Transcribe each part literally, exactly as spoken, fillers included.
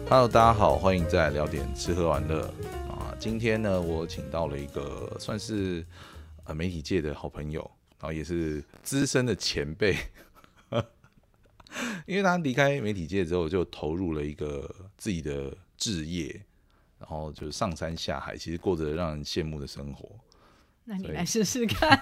Hello， 大家好，欢迎再来聊点吃喝玩乐啊。今天呢，我请到了一个算是呃媒体界的好朋友，然后也是资深的前辈，因为他离开媒体界之后，就投入了一个自己的志业，然后就是上山下海，其实过着让人羡慕的生活。 那你来试试看。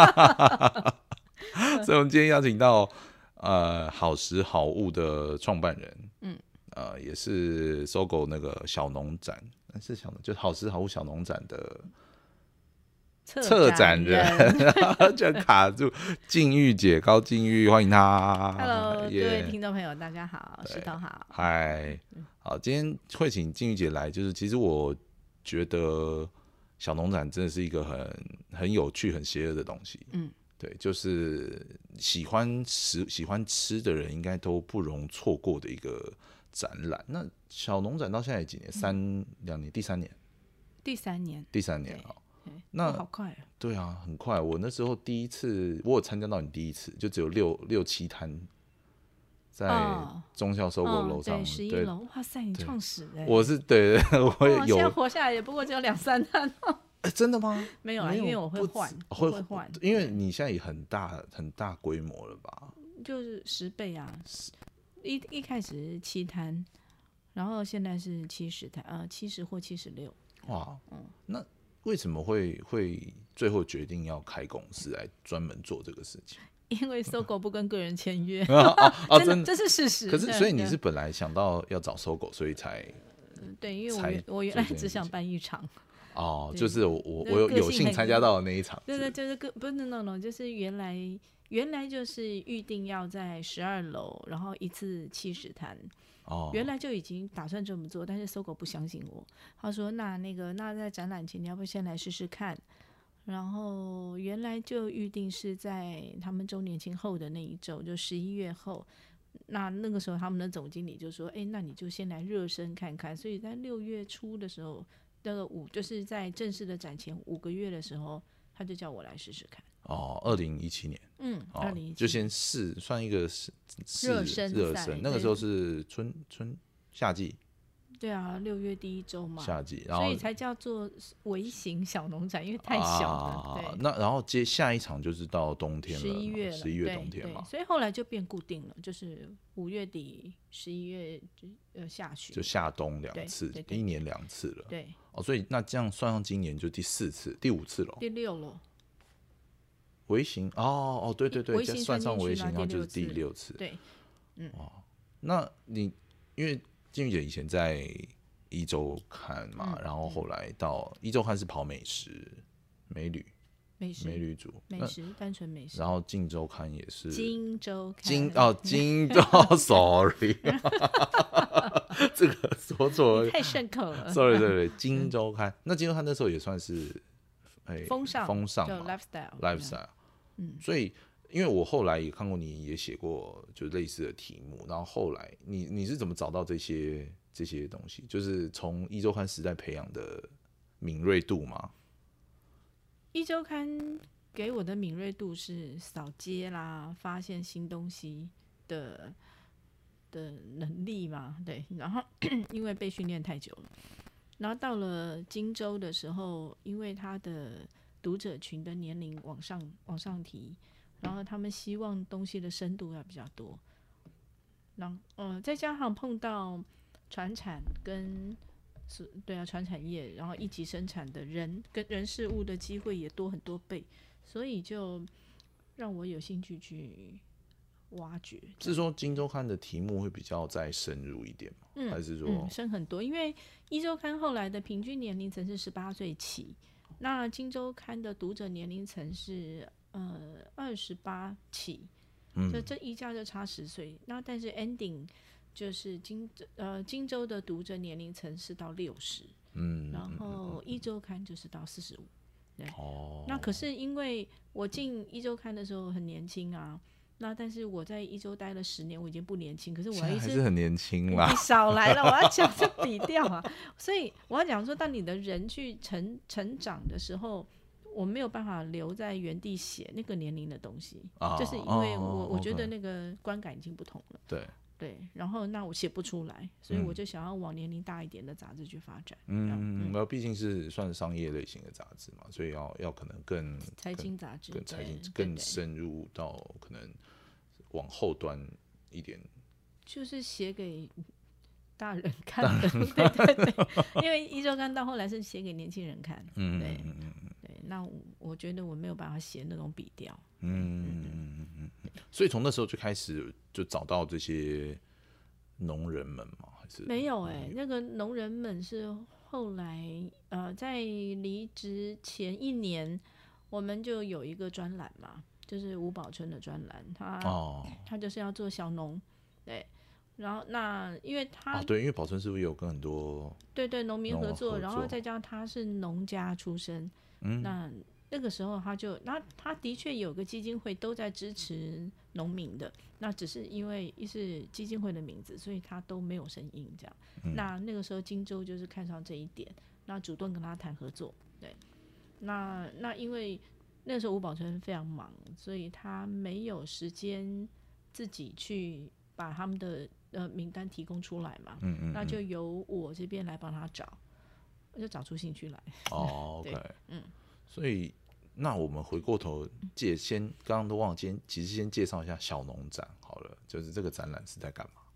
所以我们今天邀请到呃好食好物的创办人，嗯，呃也是搜狗那个小农展，是小农，就是好食好物小农展的策展人，然后就卡住静玉姐高静玉，欢迎她。 Hello， 各位听众朋友，大家好，石头好。 嗨，好，今天会请静玉姐来，就是其实我觉得小农展真的是一个很很有趣、很邪恶的东西。嗯，对，就是喜欢吃、喜欢吃的人应该都不容错过的一个展览。那小农展到现在几年？三两年，第三年？ 第三年， 第三年啊。那好快啊！ 对啊，很快。我那时候第一次，我有参加到你第一次，就只有六六七摊，在忠孝收购楼上， 对，十一楼。哇塞，你创始的！ 我是对，我有。 现在活下来也不过只有两三摊。 欸、真的吗？ 没有啊，因为我会换，会换， 因为你现在也很大很大规模了吧？ 就是十倍啊！一一开始是七摊，然后现在是七十摊，呃，七十或七十六。 哇，嗯，那为什么会会最后决定要开公司来专门做这个事情？ 因为搜狗不跟个人签约， 哦哦、真的， 这是事实。 可是，所以你是本来想到要找搜狗，所以才对，因为我我原来只想办一场。 哦，就是我我我有有幸参加到的那一场。 对对，就是个不是那种，就是原来原来就是预定要在十二楼，然后一次七十摊。哦，原来就已经打算这么做，但是搜狗不相信我，他说那那个那在展览前你要不先来试试看。然后原来就预定是在他们周年庆后的那一周，就十一月后。那那个时候他们的总经理就说：“哎，那你就先来热身看看。”所以在六月初的时候，那个五就是在正式的展前五个月的时候，他就叫我来试试看。 哦，二零一七年， 嗯，二零一七就先试，算一个热身热身。那个时候是春春夏季。 对啊，六月第一周嘛， 夏季，然后所以才叫做微型小农展，因为太小了。 啊、对，那然后接下一场就是到冬天了， 十一月了， 十一月冬天嘛， 所以后来就变固定了，就是五月底、十一月呃下旬， 就夏冬两次，对对对，一年两次了。 对， 哦，所以那这样算上今年就第四次、第五次了， 第六了。 微型哦哦，对对对，算上微型，然后就是第六次。 对，嗯， 哦，那你因为静玉姐以前在一周刊嘛，嗯、然后后来到一周刊是跑美食、美旅、 美食、 美旅组、 美食单纯美食， 然后静周刊也是金周刊， 金哦金周，sorry， 这个说错了， 太顺口了 ，sorry， 对对，金周刊，那金周刊那时候也算是哎风尚风尚嘛 ，lifestyle lifestyle，嗯，所以。因为我后来也看过你也写过就类似的题目，然后后来你你是怎么找到这些这些东西？就是从一周刊时代培养的敏锐度吗？ 一周刊给我的敏锐度是扫街啦，发现新东西的的能力嘛，对。然后因为被训练太久了，然后到了金周的时候，因为他的读者群的年龄往上往上提。然后他们希望东西的深度要比较多，然后呃再加上碰到传产跟对啊传产业，然后一级生产的人跟人事物的机会也多很多倍，所以就让我有兴趣去挖掘。 是说金周刊的题目会比较再深入一点吗？嗯、还是说、 嗯、深很多？因为一周刊后来的平均年龄层是十八岁起，那金周刊的读者年龄层是。呃，二十八起，就这一家就差十岁。那但是 ending 就是金呃金周的读者年龄层是到六十，嗯，然后一周刊就是到四十五，对。哦。那可是因为我进一周刊的时候很年轻啊，那但是我在一周待了十年，我已经不年轻，可是我还是很年轻啦。 你少来了，我要讲这比调啊。所以我要讲说，当你的人去成成长的时候。我没有办法留在原地写那个年龄的东西，哦、就是因为我、哦、我觉得那个观感已经不同了。 对， 对，然后那我写不出来，所以我就想要往年龄大一点的杂志去发展。 嗯，那、嗯、毕竟是算商业类型的杂志嘛，所以要要可能更财经杂志， 更财经更深入到可能往后端一点， 就是写给大人看的，对对对，因为一周刊到后来是写给年轻人看，嗯对嗯嗯对，那 我, 我觉得我没有办法写那种笔调，嗯嗯嗯嗯，所以从那时候就开始就找到这些农人们吗？还是没有哎、欸，那个农人们是后来呃在离职前一年，我们就有一个专栏嘛，就是吴宝春的专栏，他、哦、他就是要做小农，对。然后那因为他、 哦、对，因为宝春是不是有跟很多对对农民合作，合作然后再加上他是农家出身，嗯，那那个时候他就那他的确有个基金会都在支持农民的，那只是因为一是基金会的名字，所以他都没有声音这样。嗯、那那个时候金州就是看上这一点，那主动跟他谈合作，对。那那因为那个时候吴宝春非常忙，所以他没有时间自己去把他们的呃名单提供出来嘛，嗯嗯嗯，那就由我这边来帮他找，就找出兴趣来。 哦 ，OK， 嗯，所以那我们回过头介先，刚刚都忘了，今天其实先介绍一下小农展好了，就是这个展览是在干嘛？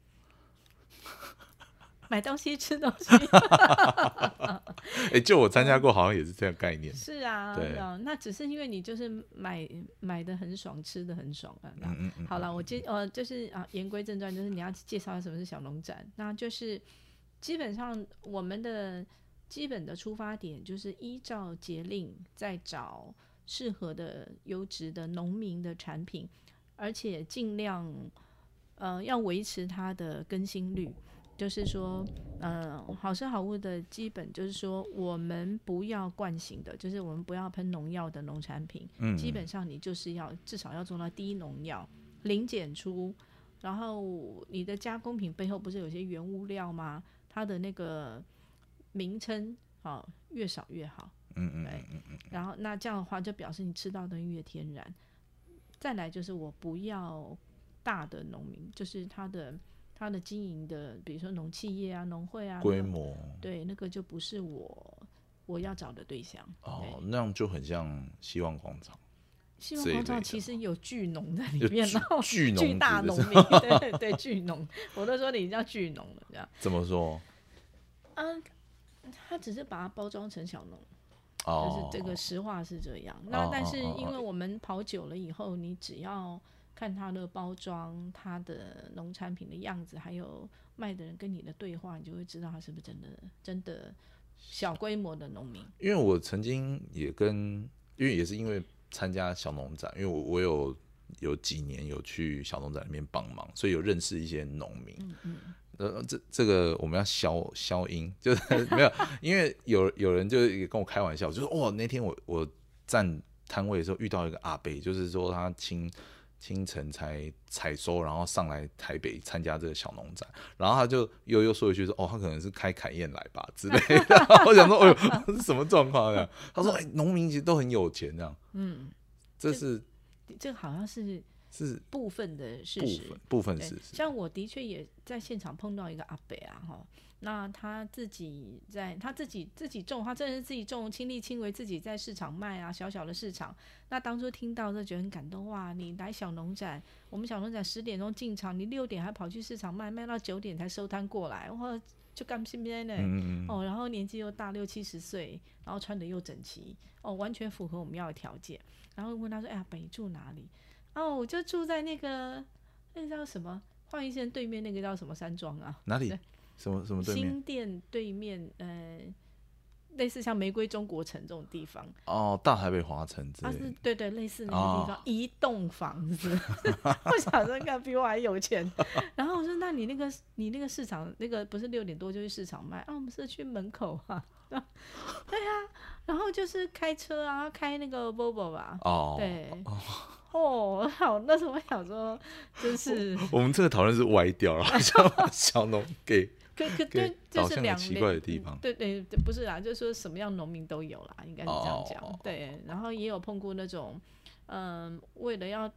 买东西吃东西哎、欸，就我参加过，好像也是这样概念。 是啊， 对啊，那只是因为你就是买买的很爽，吃的很爽啊。嗯嗯嗯好了，我接呃就是啊，言归正传，就是你要介绍什么是小农展，那就是基本上我们的基本的出发点就是依照节令在找适合的优质的农民的产品，而且尽量呃要维持它的更新率。就是说，呃，好吃好物的基本就是说，我们不要惯性的，就是我们不要喷农药的农产品。嗯，基本上你就是要至少要做到低农药、零检出，然后你的加工品背后不是有些原物料吗？它的那个名称啊、哦，越少越好。嗯嗯嗯嗯。然后那这样的话，就表示你吃到的东西越天然。再来就是我不要大的农民，就是他的。他的经营的，比如说农企业啊、农会啊， 规模， 对，那个就不是我我要找的对象。 哦，那样就很像希望广场。 希望广场其实有巨农在里面，然后巨巨大农民，对对对，巨农，我都说你叫巨农了，这样。 怎么说？ 嗯，他只是把它包装成小农。哦，就是这个实话是这样。那但是因为我们跑久了以后，你只要看它的包装、它的农产品的样子，还有卖的人跟你的对话，你就会知道他是不是真的真的小规模的农民。 因为我曾经也跟，因为也是因为参加小农展，因为我我有有几年有去小农展里面帮忙，所以有认识一些农民。嗯嗯。呃，这这个我们要消消音，就是没有，因为有有人就跟我开玩笑，就说哇，那天我我站摊位的时候遇到一个阿伯，就是说他清。清晨才采收，然后上来台北参加这个小农展，然后他就悠悠说一句说：“哦，他可能是开凯宴来吧之类的。”我想说：“哎呦，这是什么状况呀？”他说：“哎，农民其实都很有钱这样。”嗯，这是这, 这好像是是部分的事实， 部分部分事实。 像我的确也在现场碰到一个阿伯啊，哈。那他自己在他自己自己种，他真的是自己种，亲力亲为，自己在市场卖啊，小小的市场。那当初听到就觉得很感动，哇！你来小农展，我们小农展十点钟进场，你六点还跑去市场卖，卖到九点才收摊过来，哇，就干身边呢，嗯嗯哦，然后年纪又大六七十岁，然后穿的又整齐，哦，完全符合我们要的条件。然后问他说：“哎呀，北住哪里？”哦，我就住在那个那个叫什么焕一线对面那个叫什么山庄啊？ 哪里？什么什么对面？ 新店对面，呃，类似像玫瑰中国城这种地方。 哦，大台北华城之类的。 啊，是，对对，类似那个地方，哦、一栋房子。我想说，看比我还有钱。然后我说，那你那个你那个市场，那个不是六点多就去市场卖啊？我们社区门口啊。对呀、啊，然后就是开车啊，开那个 Volvo 吧。哦，对。哦哦，好，那时候我想说，真是我, 我们这个讨论是歪掉了，想把小农给。 可可对，就是两奇怪的地方。 对对对，不是啦，就是说什么样农民都有啦，应该是这样讲。Oh. 对，然后也有碰过那种，嗯、呃，为了要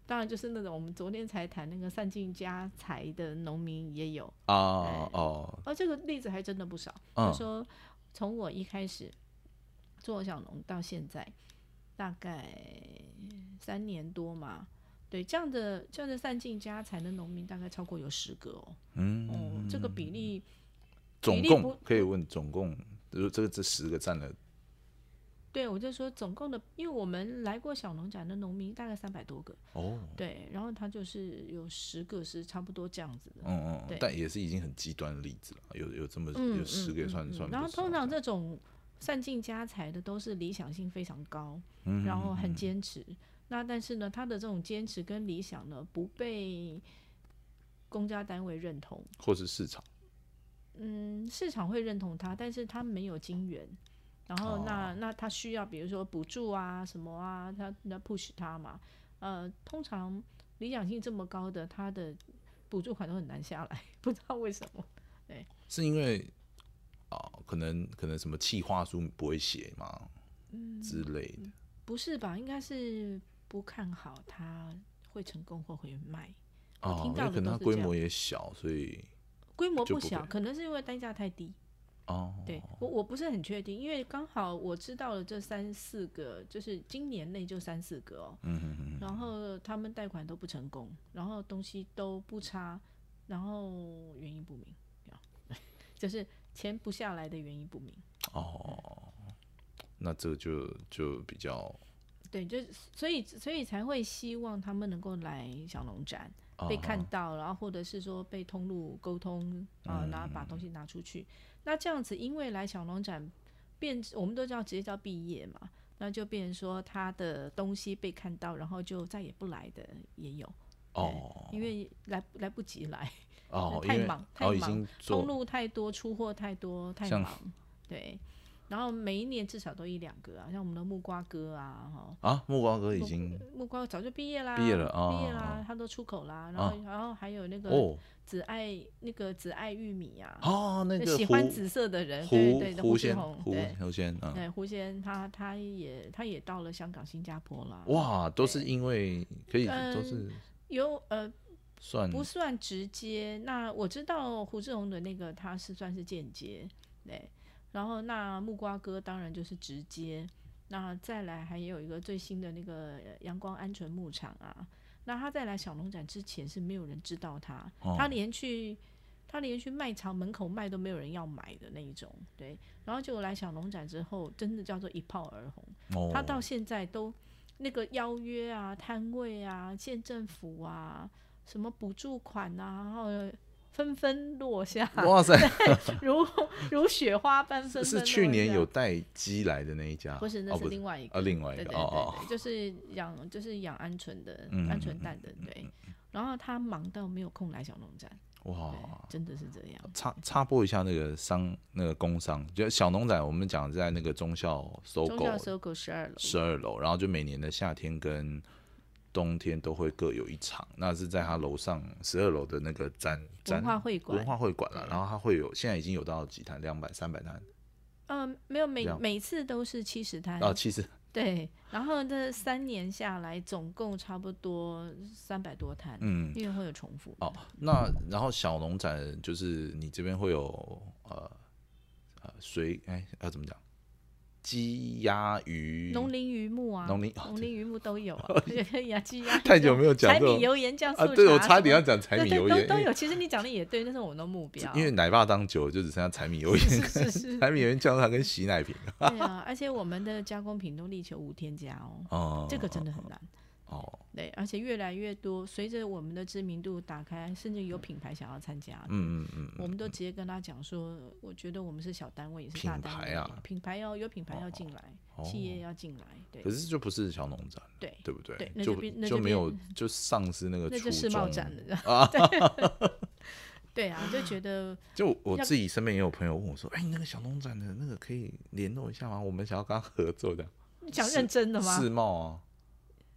当然就是那种我们昨天才谈那个散尽家财的农民也有啊哦， 而、哦、这个例子还真的不少。 嗯、 就说从我一开始做小农到现在，大概三年多嘛，对，这样的这样的散尽家财的农民大概超过有十个哦。嗯、哦，这个比例， 总共可以问总共，就是这个这十个占了。 对，我就说总共的，因为我们来过小农展的农民大概三百多个哦，对，然后他就是有十个是差不多这样子的， 嗯嗯，但也是已经很极端的例子了，有有这么、嗯、有十个也算、嗯嗯、算不少。 然后通常这种散尽家财的都是理想性非常高，嗯、然后很坚持。嗯、那但是呢，他的这种坚持跟理想呢，不被公家单位认同， 或是市场， 嗯，市场会认同他，但是他没有金源。然后那、哦、那他需要比如说补助啊什么啊，他那 push 他嘛，呃，通常理想性这么高的，他的补助款都很难下来，不知道为什么。对， 是因为啊、哦，可能可能什么企划书不会写吗？嗯，之类的。 不是吧？应该是不看好他会成功或会卖。 哦， 听到的都是这样， 因为可能他规模也小，所以规模不小，可能是因为单价太低。 哦， 对，我我不是很确定，因为刚好我知道了这三四个，就是今年内就三四个哦， 嗯哼哼， 然后他们贷款都不成功，然后东西都不差，然后原因不明，就是钱不下来的原因不明。 哦，那这就就比较对，就所以所以才会希望他们能够来小农展。被看到，然后或者是说被通路沟通啊、呃，然后把东西拿出去。嗯、那这样子，因为来小农展变，我们都知道直接叫毕业嘛，那就变成说他的东西被看到，然后就再也不来的也有。哦，因为来来不及来， 哦， 太忙太忙， 哦、 通路太多，出货太多，太忙，对。然后每一年至少都一两个啊，像我们的木瓜哥啊，哈啊，木瓜哥已经木瓜早就毕业啦， 毕业了啊， 毕业啦，他都出口啦，然后、啊、然后还有那个紫爱、哦、那个紫爱玉米啊， 哦，那个喜欢紫色的人，对对对， 胡仙， 胡胡仙，嗯， 对胡仙，他他也他也到了香港、新加坡啦， 哇，都是因为可以、嗯、都是有呃。 算不算直接？那我知道胡志宏的那个他是算是间接，对。然后那木瓜哥当然就是直接，那再来还有一个最新的那个阳光鹌鹑牧场啊，那他在来小农展之前是没有人知道他，哦、他连去他连去卖场门口卖都没有人要买的那一种，对。然后结果来小农展之后，真的叫做一炮而红，哦、他到现在都那个邀约啊、摊位啊、县政府啊、什么补助款啊，然后。纷纷落下， 哇塞， 如如雪花般纷纷落下。 是去年有带鸡来的那一家， 不是，那是另外一个， 哦、另外一个， 对对对对，哦、就是养就是养鹌鹑的，鹌鹑蛋的，对。然后他忙到没有空来小农展，哇，真的是这样。 插插播一下那个商那个工商，就小农展，我们讲在那个忠孝搜狗， 忠孝搜狗十二楼， 十二楼，然后就每年的夏天跟冬天都会各有一场，那是在他楼上十二楼的那个展文化会馆， 文化会馆了。然后他会有，现在已经有到几摊，两百、三百摊。 嗯、呃，没有每每次都是七十摊哦，七十。 对，然后这三年下来，总共差不多三百多摊，嗯，因为会有重复。 哦，那然后小农展就是你这边会有呃呃水哎要怎么讲？鸡鸭鱼、 农林渔牧啊， 农林农林渔牧都有啊，也可以啊，鸡鸭。 太久没有讲柴米油盐酱醋茶， 啊，对我差点要讲柴米油盐， 都都有。其实你讲的也对，那是我们的目标。 因为奶爸当久了，就只剩下柴米油盐、 是是是柴米油盐酱醋茶跟洗奶瓶。 对啊，而且我们的加工品都力求无添加哦，哦这个真的很难。哦，对，而且越来越多，随着我们的知名度打开，甚至有品牌想要参加， 嗯嗯嗯， 我们都直接跟他讲说，我觉得我们是小单位，也是大单位， 品牌啊， 品牌要有品牌要进来，哦、企业要进来，对。 可是就不是小农展， 对对不对？ 对， 就就没有就丧失那个那就世贸展了啊。 对啊，就觉得就我自己身边也有朋友问我说，哎、欸，那个小农展的那个可以联络一下吗？我们想要跟他合作的。 你讲认真的吗？ 世贸啊。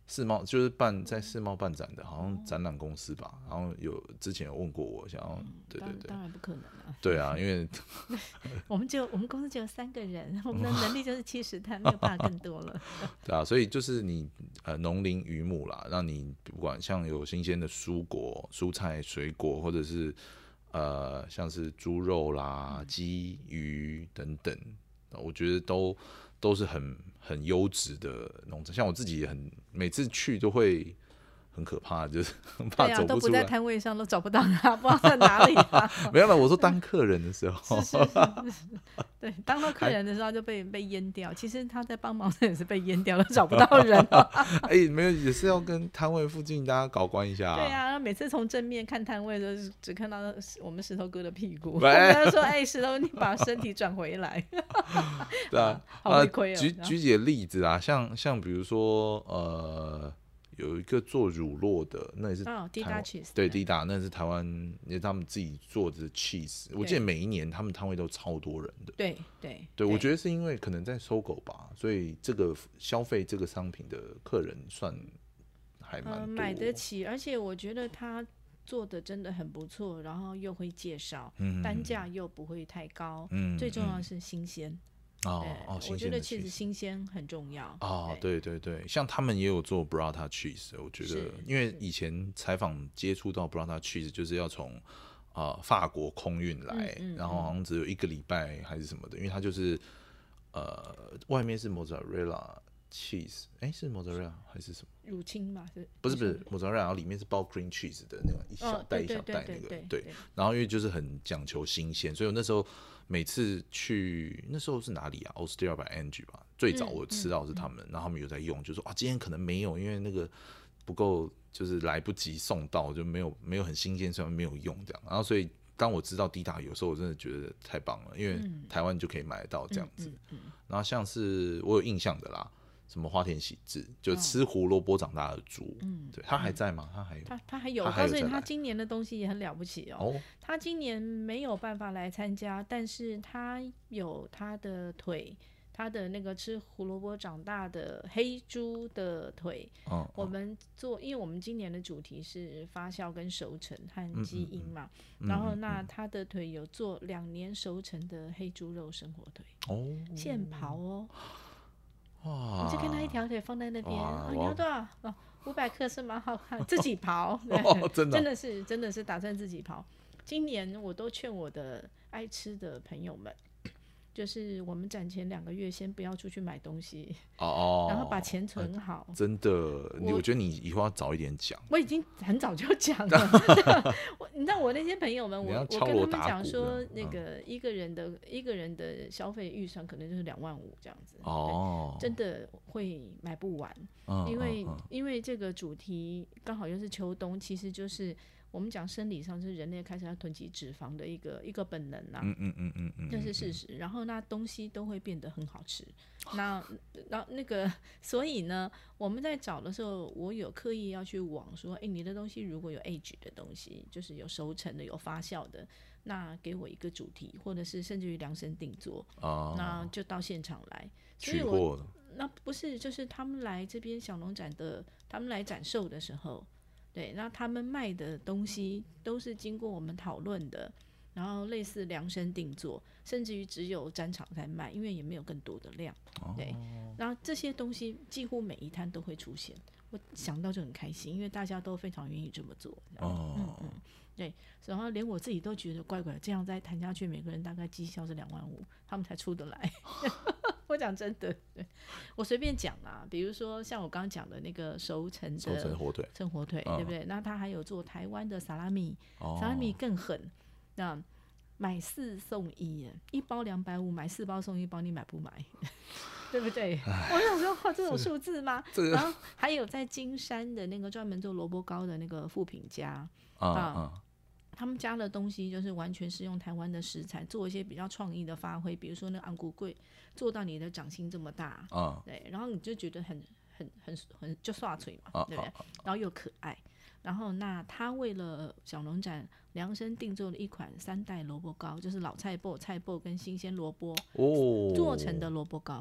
世贸就是办在世贸办展的，好像展览公司吧，然后有之前有问过我，想要、嗯、对对对， 当然不可能啊， 对啊，因为我们只有我们公司只有三个人，我们的能力就是七十摊，没有办法更多了。 对啊，所以就是你呃农林渔牧啦，让你不管像有新鲜的蔬果、蔬菜、水果，或者是呃像是猪肉啦、鸡、鱼等等，我觉得都都是很很优质的农场。像我自己也很每次去都会很可怕，就是怕走不出来， 对啊，都不在摊位上，都找不到他，不知道在哪里、啊。 没有了，我说当客人的时候， 是是是是，对，当到客人的时候就被被淹掉。其实他在帮忙也是被淹掉了，找不到人、啊。 哎、欸，没有，也是要跟摊位附近大家搞关一下、啊。 对啊，每次从正面看摊位的时候，只看到我们石头哥的屁股。我们就说：“哎、欸，石头，你把身体转回来。” 对啊， 好委亏哦。 举举几个例子啊，像像比如说呃。有一个做乳酪的，那也是哦，滴答 cheese， 对，滴答，那是台湾，也是他们自己做的 cheese。我记得每一年他们摊位都超多人的。 对对对，我觉得是因为可能在搜狗吧，所以这个消费这个商品的客人算还蛮多、呃、 买得起，而且我觉得他做的真的很不错，然后又会介绍，嗯、单价又不会太高，嗯、最重要的是新鲜。 哦哦， 我觉得其实新鲜很重要。 哦，对对对，像他们也有做 Burrata cheese， 我觉得，因为以前采访接触到 Burrata cheese 就是要从、呃、法国空运来、嗯嗯，然后好像只有一个礼拜还是什么的，因为它就是呃外面是 mozzarella cheese， 哎是 mozzarella 还是什么？ 乳清吧？是不是不是 mozzarella， 然后里面是包 cream cheese 的那种一小袋一小袋那个， 哦、对, 对, 对, 对, 对, 对，然后因为就是很讲求新鲜，所以我那时候。每次去那时候是哪里啊 ？Austria by Angie 吧，最早我吃到是他们，嗯嗯、然后他们有在用，就说啊，今天可能没有，因为那个不够，就是来不及送到，就没有没有很新鲜，所以没有用这样。然后所以当我知道滴答有时候我真的觉得太棒了，因为台湾就可以买得到这样子。嗯嗯嗯、然后像是我有印象的啦。什么花田喜志，就吃胡萝卜长大的猪，嗯，对，他还在吗？他还有， 他他还有，我告诉你，他今年的东西也很了不起 哦, 哦。他今年没有办法来参加，但是他有他的腿，他的那个吃胡萝卜长大的黑猪的腿。哦、我们做，因为我们今年的主题是发酵跟熟成和基因嘛，嗯嗯嗯、然后那他的腿有做两年熟成的黑猪肉生火腿，哦，现刨哦。哇！你就看他一条腿放在那边，哦，你要多少？哦，五百克是蛮好看，自己刨，对，哦，真的，真的是真的是打算自己刨。今年我都劝我的爱吃的朋友们，就是我们展前两个月先不要出去买东西哦，然后把钱存好。 呃、真的我，我觉得你以后要早一点讲。 我已经很早就讲了，你知道我那些朋友们，我我跟他们讲说，那个一个人的、嗯、一个人的消费预算可能就是两万五这样子哦，真的会买不完，嗯、因为、嗯、因为这个主题刚好又是秋冬，其实就是我们讲生理上是人类开始要囤积脂肪的一个一个本能啊，嗯嗯嗯嗯嗯，这是事实。然后那东西都会变得很好吃，那然后那个所以呢，我们在找的时候，我有刻意要去往说，哎，你的东西如果有 age 的东西，就是有熟成的、有发酵的，那给我一个主题，或者是甚至于量身定做，哦、那就到现场来。所以我那不是就是他们来这边小农展的，他们来展售的时候。对，那他们卖的东西都是经过我们讨论的，然后类似量身定做，甚至于只有展场在卖，因为也没有更多的量。对，然后这些东西几乎每一摊都会出现，我想到就很开心，因为大家都非常愿意这么做。哦，嗯嗯，对，然后连我自己都觉得怪怪的，这样再谈下去，每个人大概绩效是两万五，他们才出得来。我讲真的，对，我随便讲啦，比如说像我刚刚讲的那个熟成的熟成火腿， 生火腿、嗯，对不对？那他还有做台湾的萨拉米，哦、萨拉米更狠，那买四送一，一包两百五，买四包送一包，你买不买？对不对？我想说，哇，这种数字吗？然后还有在金山的那个专门做萝卜糕的那个富品家啊。嗯嗯他们家的东西就是完全是用台湾的食材做一些比较创意的发挥，比如说那个昂古贵做到你的掌心这么大，嗯、对，然后你就觉得很很很很就刷嘴嘛，对不对？嗯、然后又可爱，然后那他为了小农展量身定做了一款三代萝卜糕，就是老菜脯、菜脯跟新鲜萝卜、哦、做成的萝卜糕。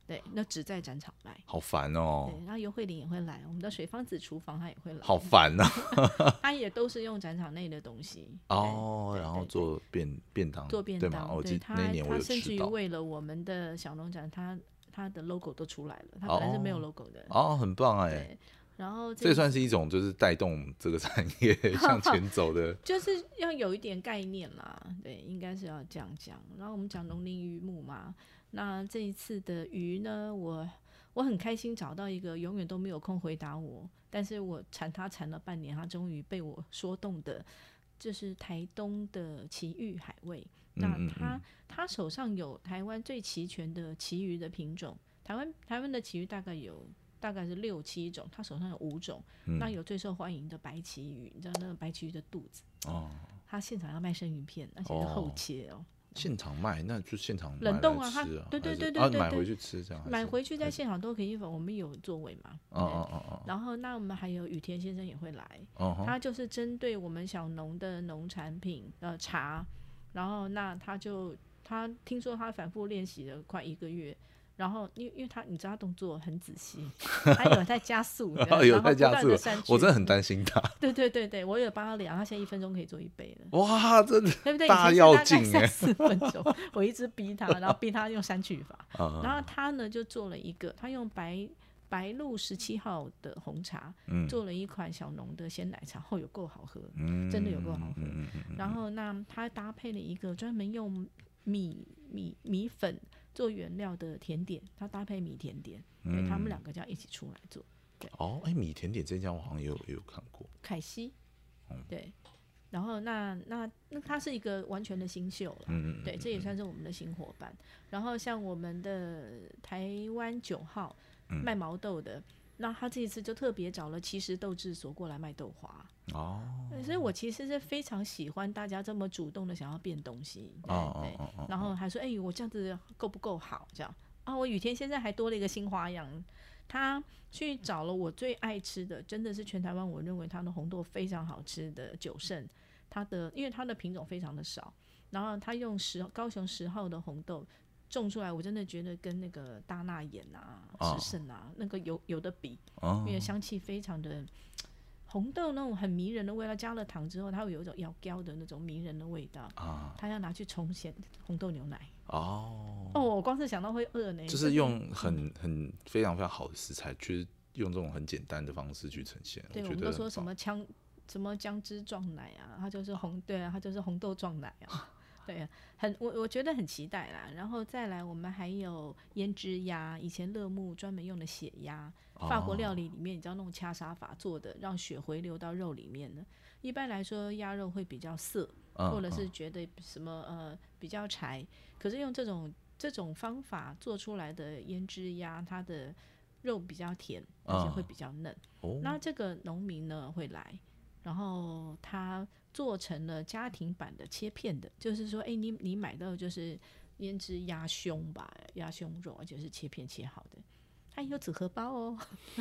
对，那只在展场卖， 好烦哦。 对，然后尤慧玲也会来，我们的水芳子厨房她也会来， 好烦啊。 她也都是用展场内的东西哦，然后做便便当， 做便当， 对吗？我记得那一年我有吃到。 她甚至于为了我们的小农展，她她的 logo 都出来了，她本来是没有 logo 的。 哦，很棒哎、欸。 然后 这, 这算是一种就是带动这个产业向前走的， 就是要有一点概念啦，对，应该是要这样讲。然后我们讲农林渔牧嘛，那这一次的鱼呢，我我很开心找到一个永远都没有空回答我，但是我缠他缠了半年，他终于被我说动的，就是台东的旗鱼海味。那他、嗯嗯嗯、他手上有台湾最齐全的旗鱼的品种，台湾台湾的旗鱼大概有。大概是六七种，他手上有五种、嗯。那有最受欢迎的白旗鱼，你知道那个白旗鱼的肚子哦，他现场要卖生鱼片，而且是厚切哦。 现场卖，那就现场冷冻啊， 他对对对对对， 买回去吃这样， 买回去在现场都可以，我们有座位嘛。 哦哦哦哦。 然后那我们还有羽田先生也会来，哦、他就是针对我们小农的农产品呃茶，然后那他就他听说他反复练习了快一个月。然后因为因为他你知道他动作很仔细，他有在加速， 有在加速，我真的很担心他。 对对对对，我有帮他量，他现在一分钟可以做一杯了。 哇，真的， 对不对？ 大要紧哎， 三四分钟，我一直逼他，然后逼他用删去法。然后他呢就做了一个，他用白白鹭十七号的红茶、嗯，做了一款小农的鲜奶茶，后有够好喝，嗯、真的有够好喝。嗯、然后那他搭配了一个专门用米米米粉做原料的甜点，它搭配米甜点，对、嗯、他们两个这样一起出来做。对哦，哎，米甜点这家我好像也有也有看过， 凯西，嗯、对。然后那那那它是一个完全的新秀了，嗯、对，这也算是我们的新伙伴。然后像我们的台湾九号、嗯、卖毛豆的，那他这一次就特别找了奇石豆制所过来卖豆花。哦，所以我其实是非常喜欢大家这么主动的想要变东西，对、哦、对、哦哦，然后还说，哎、欸，我这样子够不够好？这样啊，我雨天现在还多了一个新花样，他去找了我最爱吃的，真的是全台湾我认为它的红豆非常好吃的九胜，它的因为它的品种非常的少，然后他用十高雄十号的红豆种出来，我真的觉得跟那个大纳眼啊、十胜啊、哦、那个有有的比、哦，因为香气非常的。红豆那种很迷人的味道，加了糖之后，它会有一种咬胶的那种迷人的味道啊。它要拿去冲鲜红豆牛奶哦哦，我光是想到会饿呢。 就是用很很非常非常好的食材，去用这种很简单的方式去呈现。 对，我, 我们都说什么姜什么姜汁撞奶啊，它就是红对啊，它就是红豆撞奶啊。对，很我我觉得很期待啦。然后再来，我们还有胭脂鸭，以前乐木专门用的血鸭。法国料理里面，你知道那种掐杀法做的，让血回流到肉里面的。一般来说，鸭肉会比较涩，嗯、或者是觉得什么呃比较柴。可是用这种这种方法做出来的胭脂鸭，它的肉比较甜，而且会比较嫩。嗯、那这个农民呢会来，然后他做成了家庭版的切片的，就是说，哎，你你买到就是胭脂鸭胸吧，鸭胸肉，而且是切片切好的。还有纸荷包哦。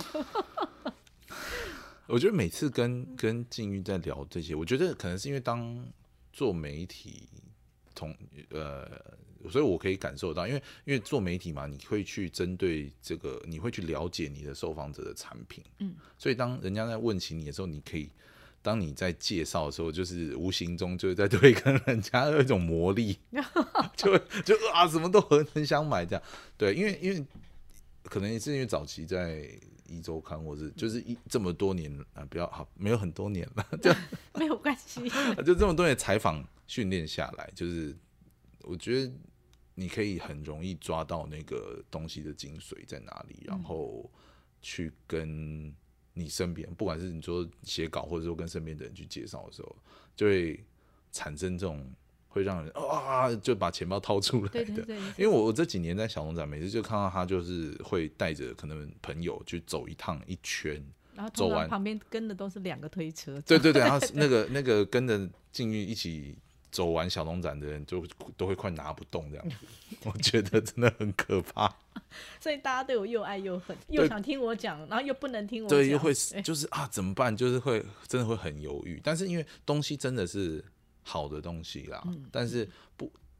我觉得每次跟跟静玉在聊这些，我觉得可能是因为当做媒体同呃，所以我可以感受到，因为因为做媒体嘛，你会去针对这个，你会去了解你的受访者的产品，嗯，所以当人家在问起你的时候，你可以。当你在介绍的时候，就是无形中就是在对跟人家有一种魔力，就会就啊什么都很很想买这样，对，因为因为可能也是因为早期在一周刊或是就是一这么多年啊，不要好没有很多年了，就没有关系， 就这么多年采访训练下来，就是我觉得你可以很容易抓到那个东西的精髓在哪里，然后去跟。你身边，不管是你说写稿，或者说跟身边的人去介绍的时候，就会产生这种会让人啊就把钱包掏出来的。 对对对。 因为我我这几年在小农展，每次就看到他就是会带着可能朋友去走一趟一圈， 然后走完旁边跟的都是两个推车。 对对对，然后那个那个跟着静玉一起走完小农展的人，就都会快拿不动这样子。我觉得真的很可怕。 所以大家对我又爱又恨，又想听我讲，然后又不能听我讲， 对，又会就是啊怎么办？就是会真的会很犹豫。但是因为东西真的是好的东西啦，嗯、但是不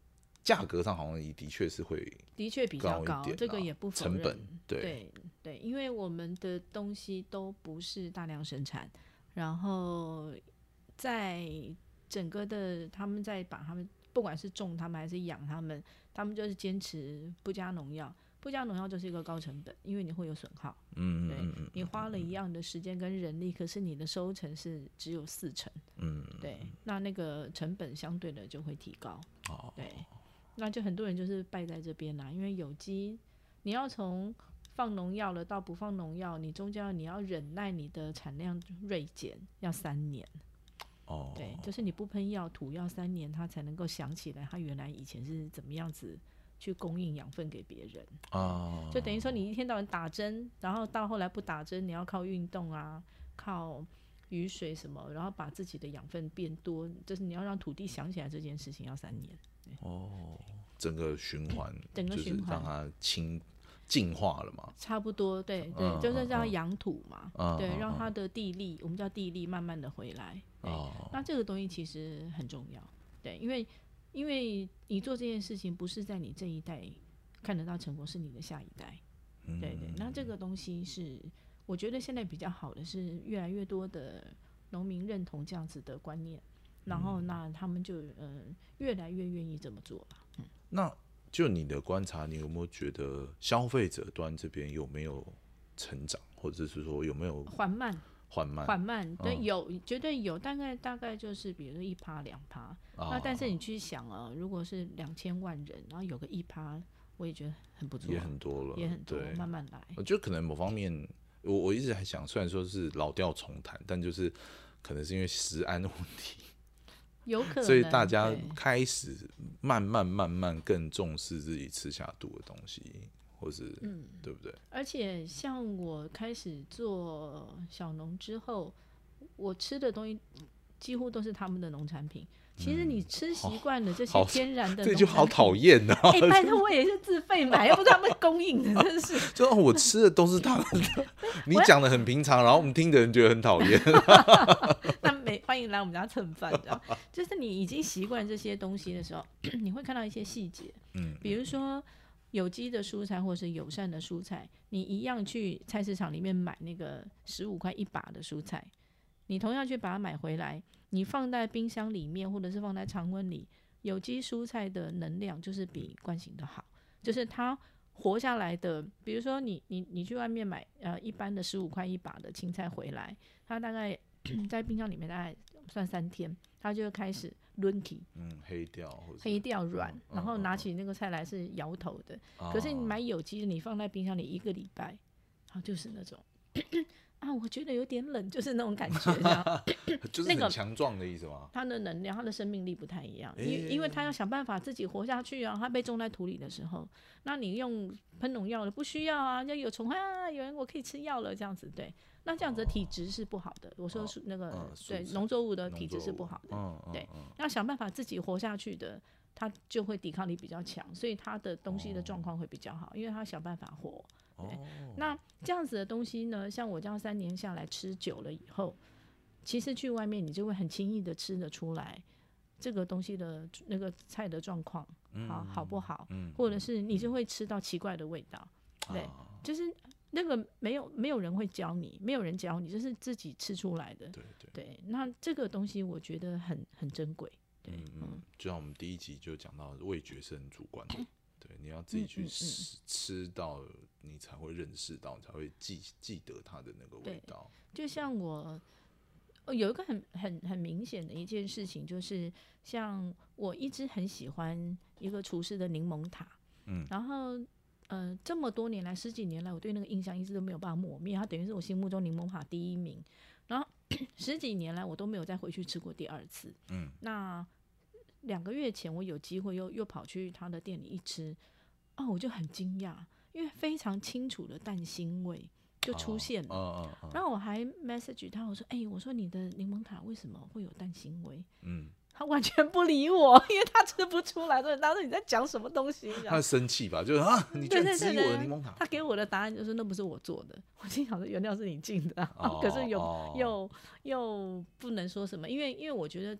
价格上好像也的确是会的确比较高， 高一点这个也不否认。 成本对对对，因为我们的东西都不是大量生产，然后在整个的他们在把他们不管是种他们还是养他们，他们就是坚持不加农药。不加农药就是一个高成本，因为你会有损耗。 嗯对， 嗯嗯你花了一样的时间跟人力，可是你的收成是只有四成。 嗯， 对，那那个成本相对的就会提高。 哦， 对，那就很多人就是败在这边啦，因为有机你要从放农药了到不放农药，你中间你要忍耐你的产量锐减，要三年。 哦， 对，就是你不喷药土要三年，它才能够想起来它原来以前是怎么样子去供应养分给别人啊， 就等于说你一天到晚打针，然后到后来不打针，你要靠运动啊，靠雨水什么，然后把自己的养分变多，就是你要让土地想起来这件事情要三年。 哦，整个循环， 整个循环就是让它清净化了嘛。 差不多，对对， 嗯就是让它养土嘛， 嗯对， 嗯让它的地力，我们叫地力，慢慢的回来。对， 哦， 那这个东西其实很重要，对，因为因为你做这件事情不是在你这一代看得到成果，是你的下一代。 嗯对对，那这个东西是我觉得现在比较好的是越来越多的农民认同这样子的观念，然后那他们就呃越来越愿意这么做了。嗯， 那就你的观察，你有没有觉得消费者端这边有没有成长，或者是说有没有缓慢？ 缓慢？ 缓慢，对， 嗯有绝对有，大概大概就是比如说一趴两趴。 哦那但是你去想啊，如果是两千万人，然后有个一趴，我也觉得很不错， 也很多了， 也很多， 对， 慢慢来。 我觉得可能某方面，我我一直还想，虽然说是老调重弹，但就是可能是因为食安问题， 有可能， 所以大家对开始慢慢慢慢更重视自己吃下肚的东西，或是、嗯、对不对？ 而且像我开始做小农之后，我吃的东西几乎都是他们的农产品。其实你吃习惯了这些天然的农产品， 这就好讨厌呢。 哎、欸，拜托我也是自费买，又不是他们供应的，真是。 就我吃的都是他们的，你讲的很平常，然后我们听的人觉得很讨厌。 那没欢迎来我们家蹭饭的，就是你已经习惯这些东西的时候，你会看到一些细节，嗯，比如说有机的蔬菜或是友善的蔬菜，你一样去菜市场里面买那个十五块一把的蔬菜，你同样去把它买回来，你放在冰箱里面或者是放在常温里，有机蔬菜的能量就是比惯性的好，就是它活下来的。比如说你你你去外面买呃一般的十五块一把的青菜回来，它大概在冰箱里面大概算三天，它就会开始抡起， 嗯，黑掉或者黑掉软、 嗯， 然后拿起那个菜来是摇头的。嗯、可是你买有机的，你放在冰箱里一个礼拜，然后就是那种啊，我觉得有点冷，就是那种感觉，这样就是很强壮的意思吗？ 它的能量，它的生命力不太一样，因为因为它要想办法自己活下去啊。它被种在土里的时候，那你用喷农药的不需要啊，要有虫啊，有人我可以吃药了，这样子对。那这样子的体质是不好的。我说是那个、 嗯、 对农作物的体质是不好的， 嗯、 对。 嗯、 要想办法自己活下去的，它就会抵抗力比较强，所以它的东西的状况会比较好，因为它想办法活。对，哦、那这样子的东西呢，像我这样三年下来吃久了以后，其实去外面你就会很轻易的吃得出来这个东西的那个菜的状况，好、嗯、好不好、嗯？或者是你就会吃到奇怪的味道，嗯、对，啊、就是那个没有没有人会教你，没有人教你，就是自己吃出来的。 对对对，那这个东西我觉得很很珍贵。对， 嗯嗯，就像我们第一集就讲到，味觉是很主观的。对，你要自己去吃、嗯嗯嗯、吃到，你才会认识到，你才会记记得它的那个味道。 就像我有一个很很很明显的一件事情，就是像我一直很喜欢一个厨师的柠檬塔，嗯，然后呃这么多年来十几年来，我对那个印象一直都没有办法抹灭，它等于是我心目中柠檬塔第一名。然后十几年来我都没有再回去吃过第二次，嗯，那。两个月前，我有机会又又跑去他的店里一吃，哦，我就很惊讶，因为非常清楚的蛋腥味就出现了。哦哦哦、然后我还 message 他，我说：“哎、欸，我说你的柠檬塔为什么会有蛋腥味？”嗯，他完全不理我，因为他吃不出来。所以他说你在讲什么东西？ 他生气吧，就是啊，你居然质疑我的柠檬塔。 他给我的答案就是那不是我做的。我心想说原料是你进的、啊，哦、可是又、哦、又又不能说什么，因为因为我觉得。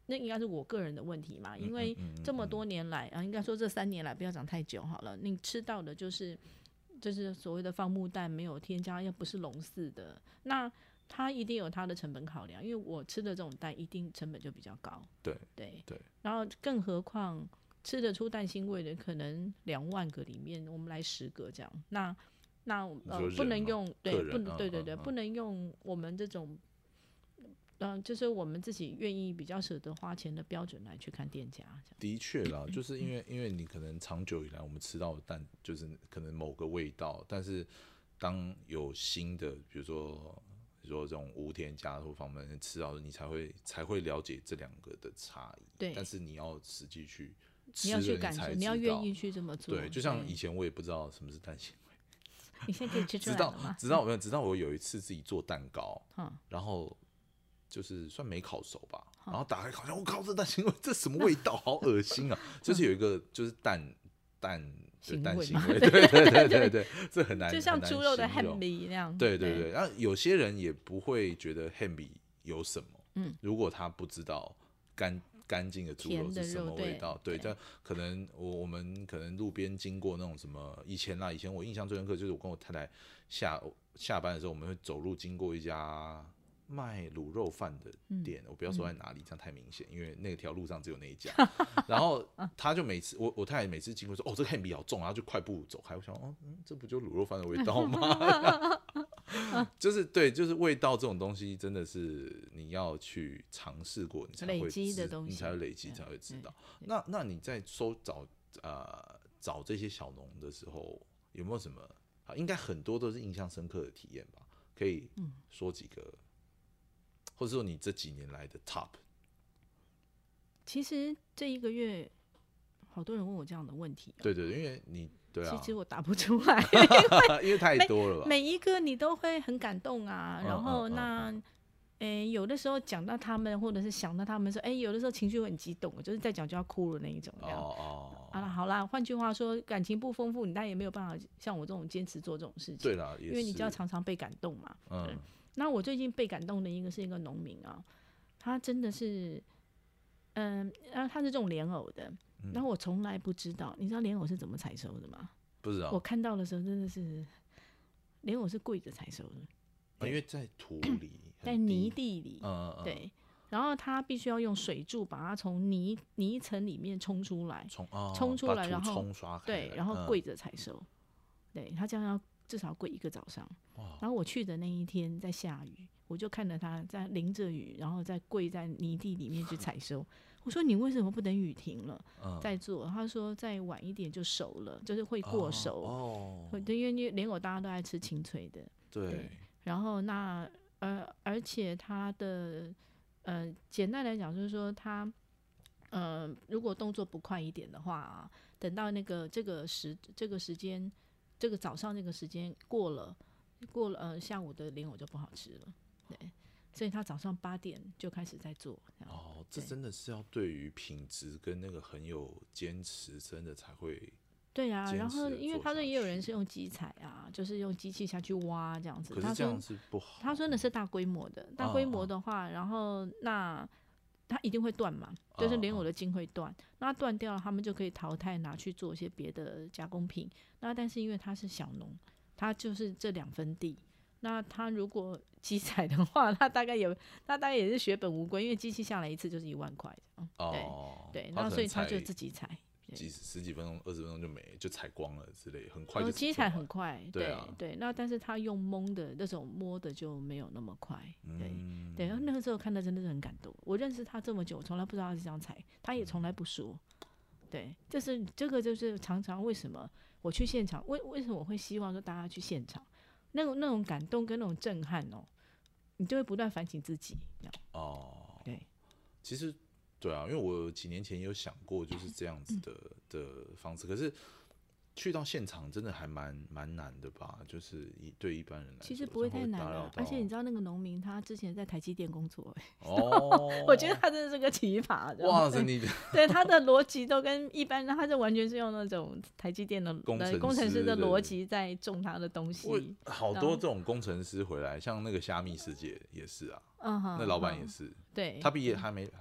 那应该是我个人的问题嘛，因为这么多年来啊，应该说这三年来不要讲太久好了，你吃到的就是就是所谓的放牧蛋，没有添加，又不是笼饲的，那它一定有它的成本考量，因为我吃的这种蛋一定成本就比较高。 对对对， 然后更何况吃得出蛋腥味的，可能两万个里面我们来十个这样，那那呃不能用对不能对对对、嗯、不能用我们这种嗯、呃，就是我们自己愿意比较舍得花钱的标准来去看店家。 的确啦，就是因为因为你可能长久以来我们吃到的蛋就是可能某个味道，但是当有新的，比如说。比如说这种无添加或方面吃到，你才会才会了解这两个的差异。 对， 但是你要实际去吃， 你要去感受，你要愿意去这么做。 对，就像以前我也不知道什么是蛋腥味， 你现在可以吃出来了吗？ 直到直到我有一次自己做蛋糕，嗯、然后就是算没烤熟吧，嗯、然后打开烤箱，我靠，这蛋腥味，这什么味道？好恶心啊！就是有一个就是蛋蛋。蛋腥味，对对对对对，这很难， 就像猪肉的 hamby 那样。 对对对，然后有些人也不会觉得 hamby 有什么，嗯，如果他不知道干干净的猪肉是什么味道，对，但可能我我们可能路边经过那种什么，以前啦，以前我印象最深刻就是我跟我太太下下班的时候，我们会走路经过一家。卖卤肉饭的店，嗯、我不要说在哪里，嗯、这样太明显，因为那条路上只有那一家。然后他就每次，我我太太每次经过说，哦，这个 hamby 好重，然后就快步走开。我想，哦，嗯，这不就卤肉饭的味道吗？就是对，就是味道这种东西，真的是你要去尝试过，你才会累积的东西， 你才会累积，才会知道。那那你在搜找呃找这些小农的时候，有没有什么啊？应该很多都是印象深刻的体验吧？可以说几个。或者说你这几年来的 top， 其实这一个月好多人问我这样的问题、喔。对对对，因为你对啊， 其实我答不出来， 因为太多了吧。 每, 每一个你都会很感动啊，嗯、然后那，嗯嗯欸、有的时候讲到他们，或者是想到他们说，哎、欸，有的时候情绪会很激动，就是再讲就要哭了那一种。哦哦。啊，好啦，换句话说，感情不丰富，你当然也没有办法像我这种坚持做这种事情。 对啦， 因为你就要常常被感动嘛。嗯。那我最近被感动的一个是一个农民啊，他真的是，嗯，然后他是这种莲藕的，嗯、然后我从来不知道，你知道莲藕是怎么采收的吗？ 不知道。 我看到的时候真的是，莲藕是跪着采收的， 啊、因为在土里， 在泥地里， 嗯嗯， 对，然后他必须要用水柱把它从泥泥层里面冲出来，冲、哦、冲出来，然后对，然后跪着采收，嗯、对他这样要。至少跪一个早上，然后我去的那一天在下雨，我就看着他在淋着雨，然后再跪在泥地里面去采收。我说你为什么不等雨停了、嗯、再做？他说再晚一点就熟了，就是会过熟。哦，哦因为莲藕大家都爱吃清脆的， 对, 对。然后那呃，而且他的呃，简单来讲就是说他呃，如果动作不快一点的话、啊，等到那个这个时这个时间。这个早上那个时间过了，过了呃下午的莲藕就不好吃了，对，所以他早上八点就开始在做。 哦，这真的是要对于品质跟那个很有坚持，真的才会。 对啊，然后因为他说也有人是用机采啊，就是用机器下去挖这样子。 可是这样是不好。 他说那是大规模的，大规模的话，哦、然后那。它一定会断嘛，就是莲藕的茎会断，哦、那断掉了，他们就可以淘汰，拿去做一些别的加工品。那但是因为他是小农，他就是这两分地，那他如果机采的话，他大概有，他大概也是血本无归，因为机器下来一次就是一万块，哦，对对，那所以他就自己采。 几十几分钟、二十分钟就没，就采光了之类，很快就。 机采很快，对、 啊、 对。那但是他用摸的那种摸的就没有那么快，对、嗯、对。然后那个时候看的真的是很感动。我认识他这么久，我从来不知道他是这样采，他也从来不说。对，这是这个就是常常为什么我去现场，为为什么我会希望说大家去现场，那种那种感动跟那种震撼哦，你就会不断反省自己。 哦， 对， 其实。对啊，因为我几年前也有想过就是这样子的、嗯、的方式，可是去到现场真的还蛮蛮难的吧？就是对一般人来说， 其实不会太难了。而且你知道那个农民他之前在台积电工作、欸， 哦， 我觉得他真的是个奇葩。 哇塞，你对他的逻辑都跟一般人，他就完全是用那种台积电的工程 师, 工程师的逻辑在种他的东西。 好多这种工程师回来，像那个虾米世界也是啊，嗯、那老板也是， 对， 他毕业还没。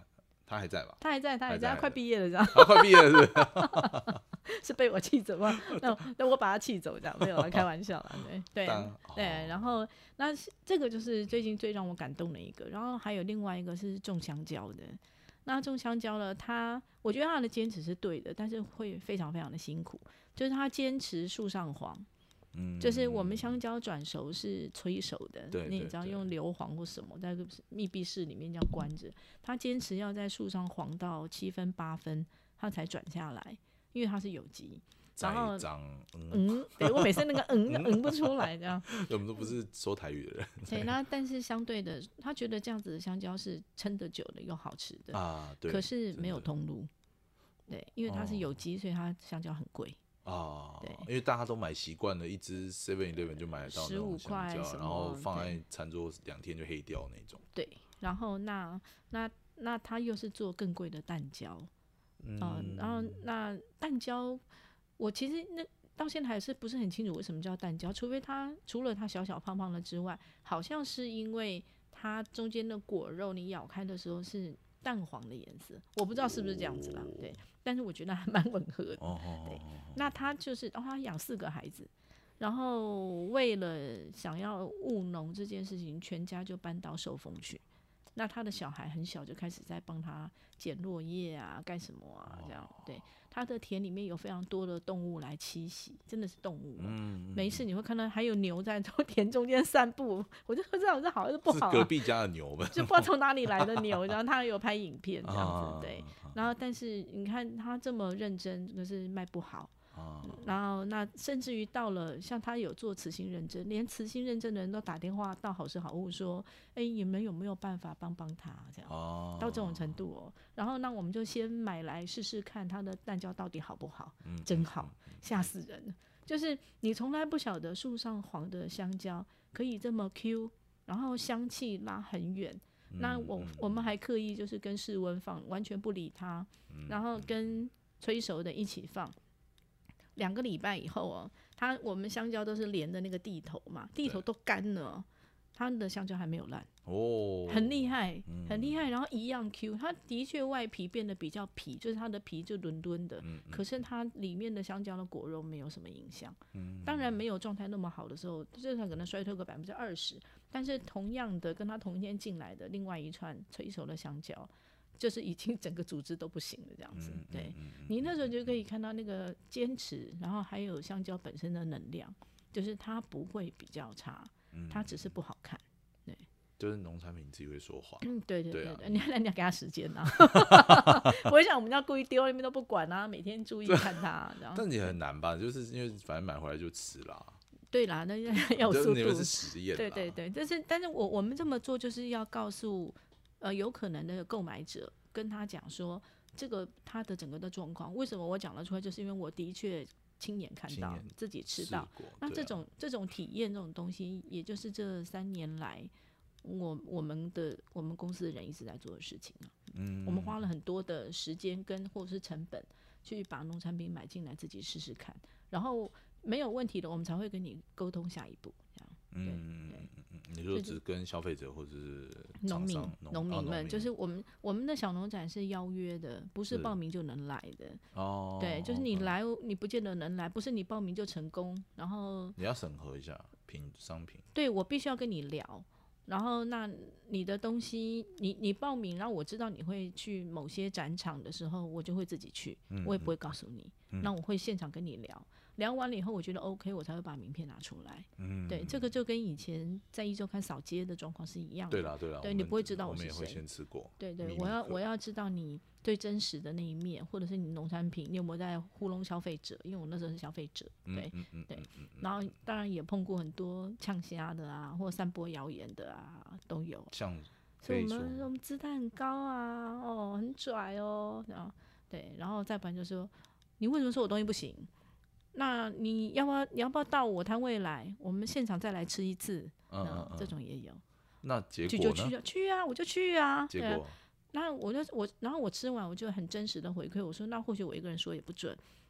他还在吧？ 他还在，他还在， 还在他快毕业了这样。 他快毕业了是不是？ 是被我气走吗？那那我把他气走，这样没有啦，开玩笑啦。对对当对， 哦然后那这个就是最近最让我感动的一个，然后还有另外一个是种香蕉的。那种香蕉呢，他我觉得他的坚持是对的，但是会非常非常的辛苦，就是他坚持树上黄。 嗯， 就是我们香蕉转熟是催熟的， 对你也知道用硫磺或什么在密闭室里面这样关着，他坚持要在树上黄到七分八分，他才转下来，因为它是有机。然后嗯， 嗯，对我每次那个嗯嗯不出来这样， 我们都不是说台语的人。 对，那但是相对的，他觉得这样子的香蕉是撑得久的又好吃的啊，对， 可是没有通路，对，因为它是有机，哦、所以它香蕉很贵。 啊， 对， 因为大家都买习惯了，一支 seven eleven 就买得到那种香蕉，然后放在餐桌两天就黑掉那种。 对，然后那那那他又是做更贵的蛋胶，嗯、呃，然后那蛋胶，我其实那到现在还是不是很清楚为什么叫蛋胶，除非它除了它小小胖胖的之外，好像是因为它中间的果肉你咬开的时候是淡黄的颜色，我不知道是不是这样子啦，对。但是我觉得还蛮吻合的，对。那他就是，哦，他养四个孩子，然后为了想要务农这件事情，全家就搬到寿丰去。那他的小孩很小就开始在帮他捡落叶啊，干什么啊，这样。对，他的田里面有非常多的动物来栖息，真的是动物、啊。嗯，没事你会看到还有牛在田中间散步，我就不知道是好还是不好、啊。 是隔壁家的牛吗？ 就不知道从哪里来的牛，然后他有拍影片这样子，对。然后但是你看他这么认真，可是卖不好。啊、然后那甚至于到了像他有做慈心认证，连慈心认证的人都打电话到好食好物说，哎，你们有没有办法帮帮他这样、啊、到这种程度哦。然后那我们就先买来试试看他的蛋胶到底好不好，嗯、真好，吓死人了。就是你从来不晓得树上黄的香蕉可以这么 Q， 然后香气拉很远。那我我们还刻意就是跟室温放，完全不理它，然后跟催熟的一起放。两个礼拜以后哦，它我们香蕉都是连的那个地头嘛，地头都干了，它的香蕉还没有烂哦，很厉害，很厉害。然后一样 Q， 它的确外皮变得比较皮，就是它的皮就伦敦的，嗯嗯、可是它里面的香蕉的果肉没有什么影响。嗯、当然没有状态那么好的时候，这可能衰退个百分之二十，但是同样的跟它同一天进来的另外一串催熟的香蕉。就是已经整个组织都不行了这样子，对，你那时候就可以看到那个坚持，然后还有香蕉本身的能量，就是它不会比较差，它只是不好看，对， 就是农产品自己会说话， 嗯，对对对对， 对啊、 你你要给他时间啊，不会像我们家故意丢那边都不管啊，每天注意看它， 但也很难吧，就是因为反正买回来就吃啦。 对啦，那要有速度， 你们是实验， 对对对，但是但是我我们这么做就是要告诉。呃，有可能的购买者跟他讲说，这个他的整个的状况，为什么我讲得出来，就是因为我的确亲眼看到，自己吃到。那这种、啊、这种体验这种东西，也就是这三年来，我我们的我们公司的人一直在做的事情、啊、嗯，我们花了很多的时间跟或者是成本，去把农产品买进来自己试试看，然后没有问题的，我们才会跟你沟通下一步，这样。嗯，对。 你说只跟消费者或者是农民、农民们，就是我们我们的小农展是邀约的，不是报名就能来的。哦，对，就是你来，你不见得能来，不是你报名就成功。然后你要审核一下品商品。 对，我必须要跟你聊。然后那你的东西，你你报名，然后我知道你会去某些展场的时候，我就会自己去，嗯、我也不会告诉你。嗯、那我会现场跟你聊。聊完了以后，我觉得 OK， 我才会把名片拿出来。嗯，对，这个就跟以前在一周刊扫街的状况是一样的。 对啦，对啦， 对你不会知道我是谁。 我们也会先吃过。 对对，我要我要知道你最真实的那一面，或者是你农产品，你有没有在糊弄消费者？因为我那时候是消费者，对、嗯嗯、对、嗯嗯嗯。然后当然也碰过很多呛虾的啊，或散播谣言的啊，都有。 像， 所以我们我们姿态很高啊，哦，很拽哦，然后对，然后再不然就说，你为什么说我东西不行？那你要不要你要不要到我摊位来？我们现场再来吃一次，嗯嗯嗯，这种也有。 那结果呢？ 去就去啊，去啊，我就去啊。 结果， 那我就我，然后我吃完我就很真实的回馈，我说那或许我一个人说也不准，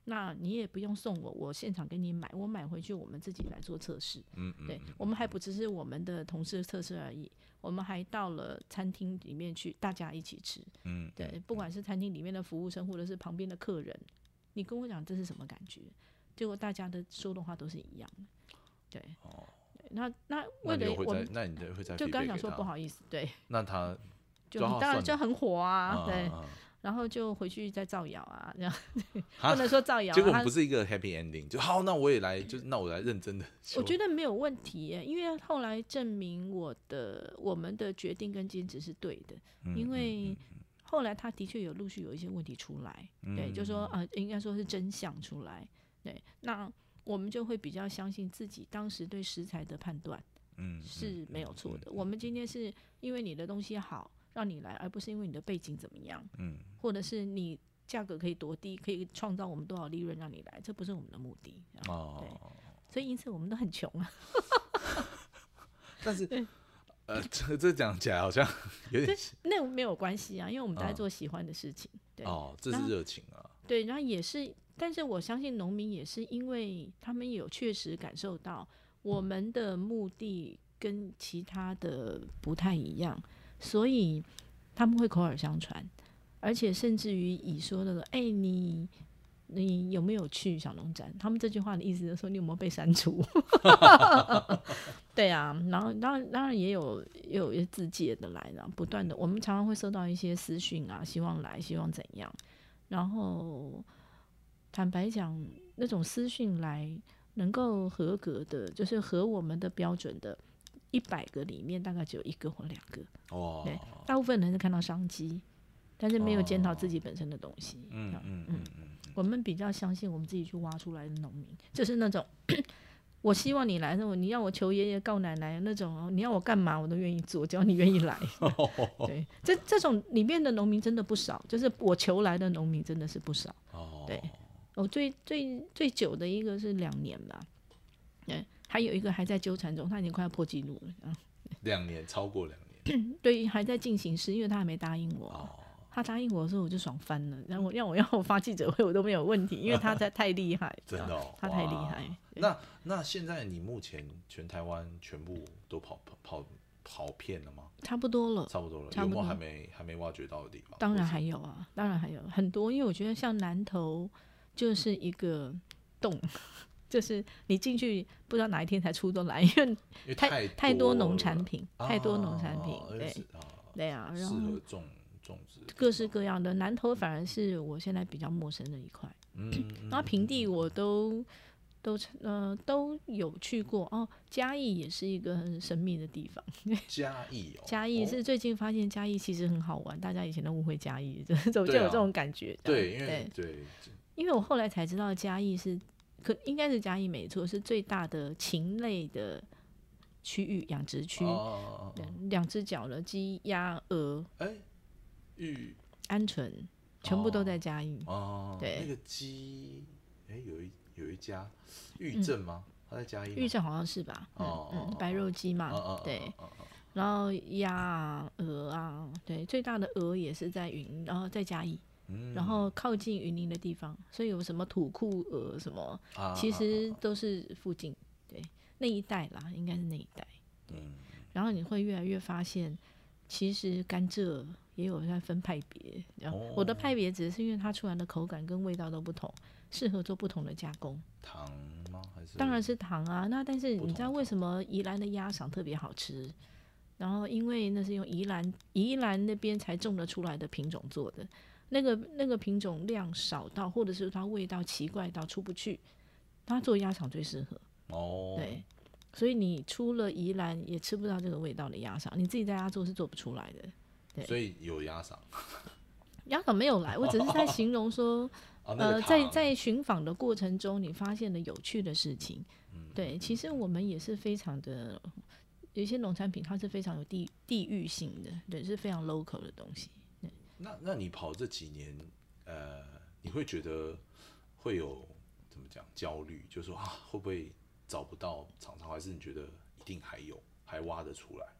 那你也不用送我，我现场给你买，我买回去我们自己来做测试。嗯嗯，对，我们还不只是我们的同事测试而已，我们还到了餐厅里面去，大家一起吃。嗯，对，不管是餐厅里面的服务生，或者是旁边的客人，你跟我讲这是什么感觉，结果大家的说的话都是一样的。对，哦，那那为了我们， 那你会在就刚讲说不好意思，对， 那他就当然就很火啊，对。啊啊啊然后就回去再造谣啊，这样不能说造谣、啊。 结果不是一个 happy ending， 就好，那我也来，就那我来认真的。 我觉得没有问题耶，因为后来证明我的我们的决定跟坚持是对的，嗯、因为后来他的确有陆续有一些问题出来，嗯、对，就说呃，应该说是真相出来，对，那我们就会比较相信自己当时对食材的判断，嗯，是没有错的。嗯、我们今天是因为你的东西好。让你来，而不是因为你的背景怎么样，嗯，或者是你价格可以多低，可以创造我们多少利润让你来，这不是我们的目的。哦，对，所以因此我们都很穷啊。 但是，呃，这这讲起来好像有点， 那没有关系啊，因为我们都在做喜欢的事情。对， 哦，这是热情啊。 对，然后也是，但是我相信农民也是因为他们有确实感受到我们的目的跟其他的不太一样。所以他们会口耳相传，而且甚至于以说那个，哎、欸，你你有没有去小农展？他们这句话的意思就是说，你有没有被删除？对啊，然后当然当然也有也有一些自介的来，然后不断的，我们常常会收到一些私讯啊，希望来，希望怎样。然后坦白讲，那种私讯来能够合格的，就是合我们的标准的。一百个里面大概只有一个或两个，哦，对，大部分人是看到商机，但是没有检讨自己本身的东西。嗯嗯嗯嗯，我们比较相信我们自己去挖出来的农民，就是那种我希望你来，那种你要我求爷爷告奶奶那种，你要我干嘛我都愿意做，只要你愿意来。对，这这种里面的农民真的不少，就是我求来的农民真的是不少。哦，对，我最最最久的一个是两年吧，对。还有一个还在纠缠中，他已经快要破纪录了。 两年，超过两年。 对，还在进行时，因为他还没答应我。哦、他答应我的时候，我就爽翻了。然后让我要我发记者会，我都没有问题，因为他才太厉害。 真的、哦， 他太厉害。 那那现在你目前全台湾全部都跑跑跑遍了吗？ 差不多了， 差不多了。有没有还没还没挖掘到的地方？ 当然还有啊，当然还有很多。因为我觉得像南投就是一个洞。就是你进去不知道哪一天才出得来，因为太太多, 太多农产品，啊、太多农产品，对、 啊、 对啊， 适合种种植各式各样的。南投反而是我现在比较陌生的一块，嗯，然后平地我都都呃都有去过哦。嘉义也是一个很神秘的地方， 嘉义哦， 嘉义是最近发现嘉义其实很好玩，大家以前都误会嘉义，就就有这种感觉， 对，因为对， 因为我后来才知道嘉义是。可应该是嘉义没错，是最大的禽类的区域养殖区，哦、两只脚的鸡、鸭、鹅， 哎，玉、 鹌鹑，全部都在嘉义。 哦，对，那个鸡，哎，有一有一家玉镇吗？他、嗯、在嘉义。 玉镇好像是吧？哦、嗯嗯，白肉鸡嘛，哦、对。哦、然后鸭啊、鹅啊，对，最大的鹅也是在云，然后在嘉义。然后靠近云林的地方，所以有什么土库鹅什么，啊、其实都是附近，对，那一带啦，应该是那一带。嗯，然后你会越来越发现，其实甘蔗也有在分派别。然后我的派别只是因为它出来的口感跟味道都不同，适合做不同的加工。 糖吗？还是？ 当然是糖啊。那但是你知道为什么宜兰的鸭赏特别好吃？然后因为那是用宜兰宜兰那边才种得出来的品种做的。那个那个品种量少到，或者是它味道奇怪到出不去，它做鸭肠最适合。哦，对，所以你出了宜兰也吃不到这个味道的鸭肠，你自己在家做是做不出来的。对， 所以有鸭肠， 鸭肠没有来，我只是在形容说，哦、呃，在在寻访的过程中，你发现了有趣的事情。嗯、对，其实我们也是非常的，有一些农产品它是非常有地地域性的，对，是非常 local 的东西。 那那你跑这几年，呃，你会觉得会有怎么讲焦虑？就是说啊，会不会找不到厂商？还是你觉得一定还有，还挖得出来？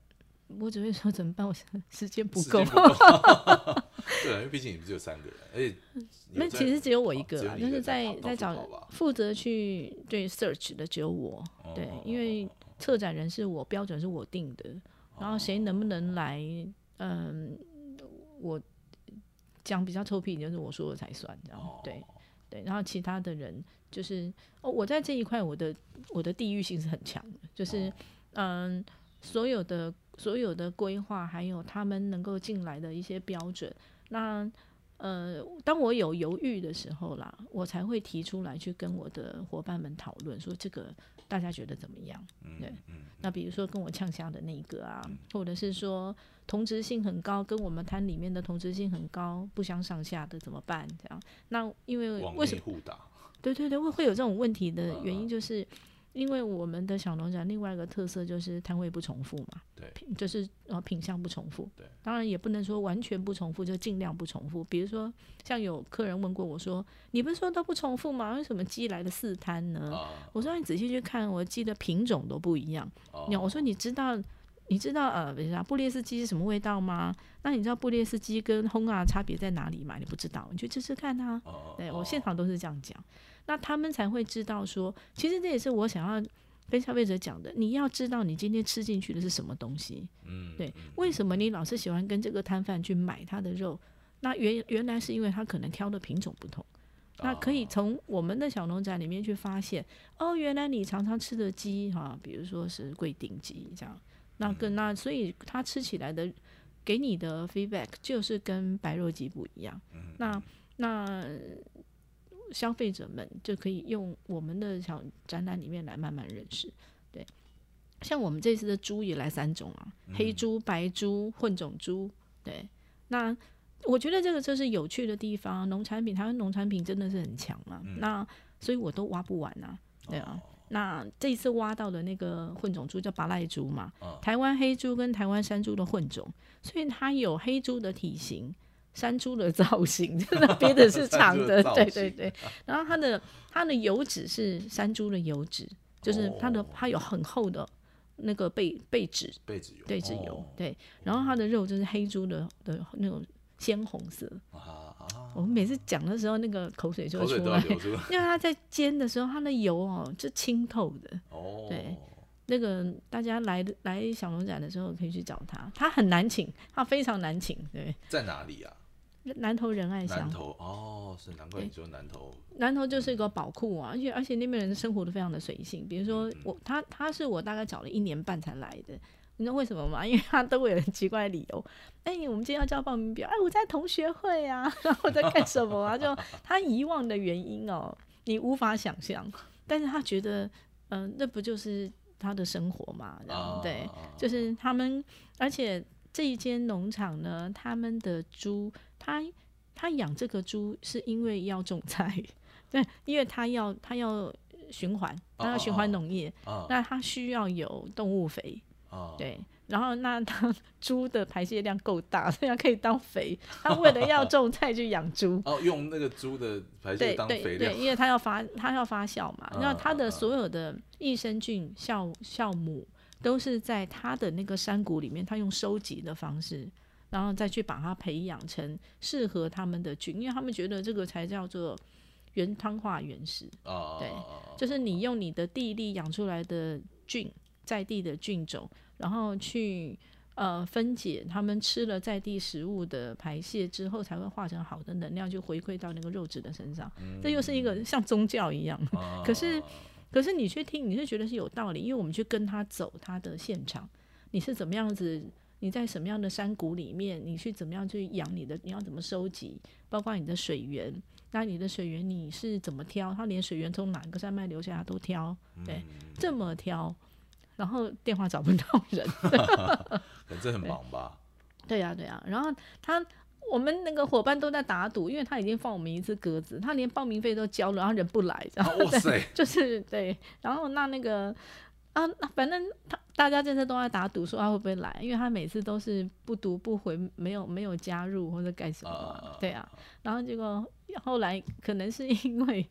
我只会说怎么办，我时间不够。 对啊，因为毕竟你们只有三个人，而且那其实只有我一个啦， 哦、 就是在在找负责去对 search 的只有我，哦、对，因为策展人是我，标准是我定的，然后谁能不能来，嗯，我讲比较臭屁，就是我说了才算，这样，哦、对对，然后其他的人就是哦，我在这一块我的我的地域性是很强的，就是、哦、嗯，所有的所有的规划，还有他们能够进来的一些标准，那。呃，当我有犹豫的时候啦，我才会提出来去跟我的伙伴们讨论，说这个大家觉得怎么样？对，嗯嗯、那比如说跟我呛虾的那一个啊，嗯、或者是说同质性很高，跟我们摊里面的同质性很高，不相上下的怎么办？这样，那因为为什么？对对对，会会有这种问题的原因就是。因为我们的小农展另外一个特色就是摊位不重复嘛， 对， 就是呃品项不重复，对，当然也不能说完全不重复，就尽量不重复。比如说，像有客人问过我说：“你不是说都不重复吗？为什么鸡来了四摊呢？”哦、我说：“你仔细去看，我鸡的品种都不一样。哦”我说：“你知道你知道呃，比如说布列斯鸡是什么味道吗？那你知道布列斯鸡跟烘啊差别在哪里吗？你不知道，你去吃吃看啊。哦”对，我现场都是这样讲。那他们才会知道说，其实这也是我想要跟消费者讲的。你要知道你今天吃进去的是什么东西，嗯，对。为什么你老是喜欢跟这个摊贩去买他的肉？那原原来是因为他可能挑的品种不同。那可以从我们的小农展里面去发现，哦，原来你常常吃的鸡哈，比如说是贵丁鸡这样，那跟那所以它吃起来的给你的 feedback 就是跟白肉鸡不一样。那那。消费者们就可以用我们的小展览里面来慢慢认识，对，像我们这次的猪也来三种啊，嗯、黑猪、白猪、混种猪，对，那我觉得这个就是有趣的地方，农产品，台湾农产品真的是很强嘛，嗯、那所以我都挖不完啊，对啊，哦、那这一次挖到的那个混种猪叫巴赖猪嘛，哦、台湾黑猪跟台湾山猪的混种，所以它有黑猪的体型。山猪的造型，别的是长的，对对对。然后它的它的油脂是山猪的油脂，就是它的、哦、它有很厚的那个背背脂， 背脂油， 背脂油，哦、对。然后它的肉就是黑猪的的那种鲜红色。啊、我们每次讲的时候，那个口水就会出来，因为它在煎的时候，它的油哦就清透的。哦，对。那个大家来来小农展的时候可以去找他，他很难请，他非常难请，对。 在哪里啊？ 南投仁爱乡。 南投哦，是难怪你说南投。 南投就是一个宝库啊，而且而且那边人生活都非常的随性。比如说我他他是我大概找了一年半才来的，你知道为什么吗？因为他都会有很奇怪的理由。哎、欸，我们今天要交报名表，哎，我在同学会啊，然后我在干什么啊？就他遗忘的原因哦，你无法想象。但是他觉得，嗯、呃，那不就是他的生活嘛？然后对，就是他们，而且这一间农场呢，他们的猪。他他养这个猪是因为要种菜，对，因为他要他要循环，他要循环农业，哦哦哦、那他需要有动物肥，哦、对，然后那他猪的排泄量够大，所以它可以当肥。他为了要种菜去养猪， 哦，用那个猪的排泄当肥料， 对对对，因为他要发他要发酵嘛，那、哦、他的所有的益生菌酵酵母都是在他的那个山谷里面，他用收集的方式。然后再去把它培养成适合他们的菌，因为他们觉得这个才叫做原汤化原食。哦、对，就是你用你的地力养出来的菌，在地的菌种，然后去呃分解他们吃了在地食物的排泄之后，才会化成好的能量，就回馈到那个肉质的身上。嗯、这又是一个像宗教一样，哦、可是可是你去听，你是觉得是有道理，因为我们去跟他走他的现场，你是怎么样子。你在什么样的山谷里面，你去怎么样去养你的，你要怎么收集，包括你的水源，那你的水源你是怎么挑，他连水源从哪个山脉流下来都挑，对，嗯、这么挑，然后电话找不到人， 可这很忙吧？ 对呀、啊、对呀、啊，然后他我们那个伙伴都在打赌，因为他已经放我们一次鸽子，他连报名费都交了，然后人不来，这样， 哇塞， 就是对，然后那那个。啊，反正他大家这次都在打赌，说他会不会来，因为他每次都是不读不回，没有没有加入或者干什么、啊， uh, 对啊。然后结果后来可能是因为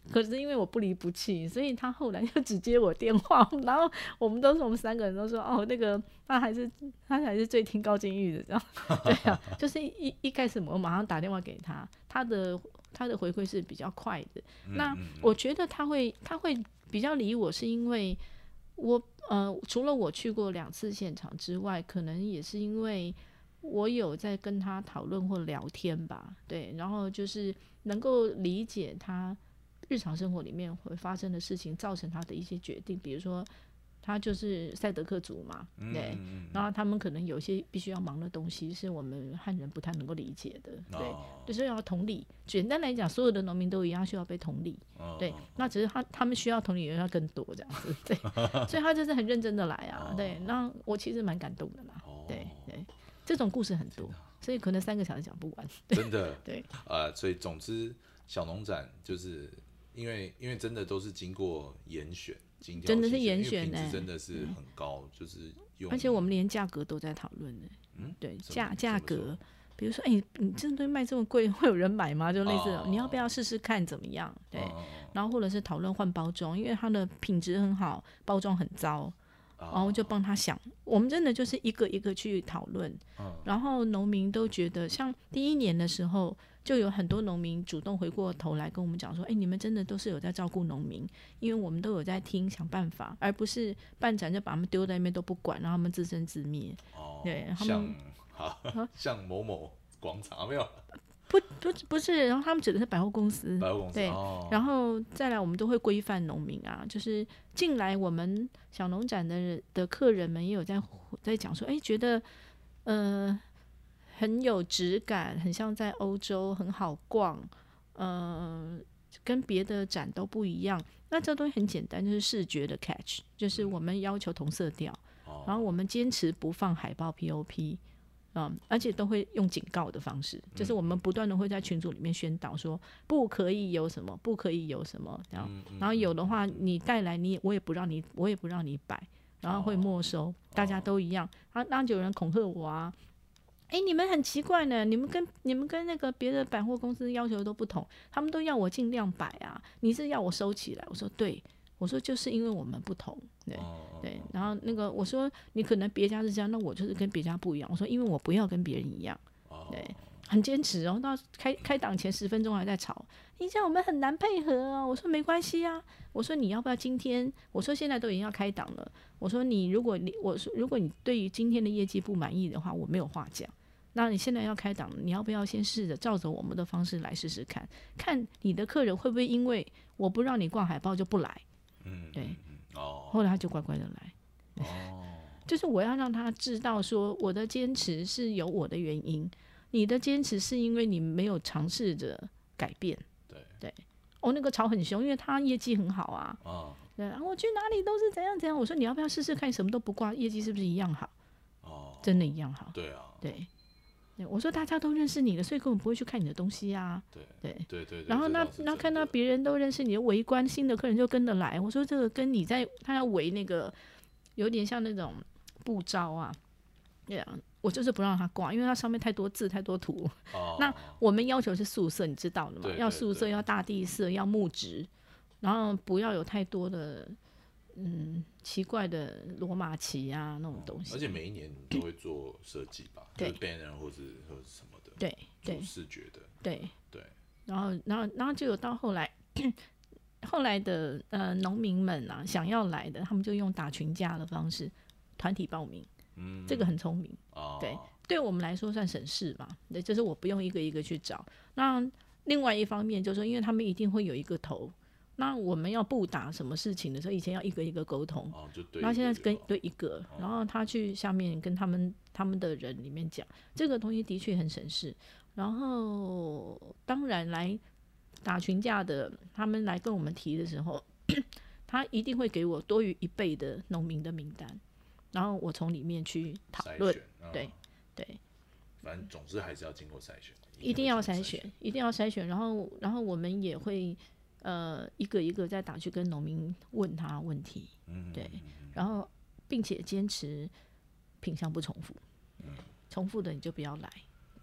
可是因为我不离不弃，所以他后来就只接我电话，然后我们都是我们三个人都说哦，那个他还是他还是最听高金玉的这样，对啊，就是一一开始我马上打电话给他，他的他的回馈是比较快的。那我觉得他会他会比较理我，是因为我呃除了我去过两次现场之外，可能也是因为我有在跟他讨论或聊天吧，对，然后就是能够理解他日常生活里面会发生的事情，造成他的一些决定，比如说他就是赛德克族嘛，对，然后他们可能有些必须要忙的东西是我们汉人不太能够理解的，对，就是要同理。简单来讲，所有的农民都一样需要被同理，对，那只是他他们需要同理人要更多这样子，对，所以他就是很认真的来啊，对，那我其实蛮感动的啦，对对。这种故事很多，所以可能三个小时讲不完。 真的， 对， 呃，所以总之，小农展就是因为因为真的都是经过严选，精挑细选， 真的是严选的、欸，真的是很高，嗯、就是用。 而且我们连价格都在讨论呢。嗯，对，价价格，比如说，哎、欸，你这东西卖这么贵，会有人买吗？就类似，哦、你要不要试试看怎么样？对，哦、然后或者是讨论换包装，因为它的品质很好，包装很糟。然后就帮他想，我们真的就是一个一个去讨论，然后农民都觉得，像第一年的时候，就有很多农民主动回过头来跟我们讲说，哎，你们真的都是有在照顾农民，因为我们都有在听，想办法，而不是办展就把他们丢在那边都不管，让他们自生自灭。 哦， 对，他们像像某某广场没有。 不不不是，然后他们指的是百货公司， 百货公司对、哦，然后再来我们都会规范农民啊，就是进来我们小农展的的客人们也有在在讲说，哎，觉得呃很有质感，很像在欧洲，很好逛，呃，跟别的展都不一样。那这东西很简单，就是视觉的 catch， 就是我们要求同色调，哦、然后我们坚持不放海报 P O P。嗯，而且都会用警告的方式，就是我们不断的会在群组里面宣导说不可以有什么，不可以有什么，然后然后有的话你带来你我也不让你我也不让你摆，然后会没收，大家都一样。然后当有人恐吓我啊，哎，你们很奇怪呢，你们跟你们跟那个别的百货公司要求都不同，他们都要我尽量摆啊，你是要我收起来？我说对。我说就是因为我们不同，对、哦、对，然后那个我说你可能别家是这样，那我就是跟别家不一样。我说因为我不要跟别人一样，对，很坚持哦。到开开档前十分钟还在吵，你这样我们很难配合哦。我说没关系啊，我说你要不要今天？我说现在都已经要开档了。我说你如果你我说如果你对于今天的业绩不满意的话，我没有话讲。那你现在要开档，你要不要先试着照着我们的方式来试试看，看你的客人会不会因为我不让你挂海报就不来？嗯，对，哦，后来他就乖乖的来，哦，就是我要让他知道说我的坚持是有我的原因，你的坚持是因为你没有尝试着改变，对对，哦，那个吵很凶，因为他业绩很好啊，哦，对，然后我去哪里都是怎样怎样，我说你要不要试试看，什么都不挂，业绩是不是一样好？哦，真的一样好， 对啊， 对。我说大家都认识你了，所以根本不会去看你的东西啊。 对对对对。 然后那那看到别人都认识你的围观，新的客人就跟着来。我说这个跟你在他要围那个有点像那种布招啊，对啊，我就是不让他挂，因为它上面太多字太多图。哦。那我们要求是素色，你知道的嘛？要素色，要大地色，要木质，然后不要有太多的嗯奇怪的罗马旗啊那种东西。 而且每一年你都会做设计吧？对，就是 banner 或是或是什么的。 对对， 视觉的。 对对。 然后然后然后就有到后来，后来的呃农民们啊想要来的，他们就用打群架的方式团体报名。嗯，这个很聪明。哦。对，对我们来说算省事嘛。对，就是我不用一个一个去找。那另外一方面就是说，因为他们一定会有一个头。那我们要布达什么事情的时候，以前要一个一个沟通， 哦、就对， 然后现在跟对一个，哦、然后他去下面跟他们他们的人里面讲，这个东西的确很省事。然后当然来打群架的，他们来跟我们提的时候，他一定会给我多于一倍的农民的名单，然后我从里面去讨论， 嗯、 对对， 反正总之还是要经过筛选， 一定要筛选，一定要筛选，然后然后我们也会。呃，一个一个再打去跟农民问他问题，嗯、对，然后并且坚持品项不重复，嗯、重复的你就不要来。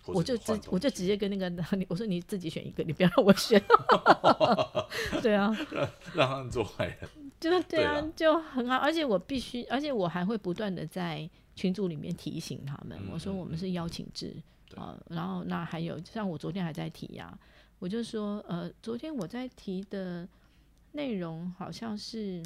我就直我就直接跟那个我说你自己选一个，你不要让我选。对啊， 让让他们做坏人， 就对啊，就很好。而且我必须，而且我还会不断的在群组里面提醒他们，嗯、我说我们是邀请制啊、呃，然后那还有像我昨天还在提啊，我就说呃，昨天我在提的内容好像是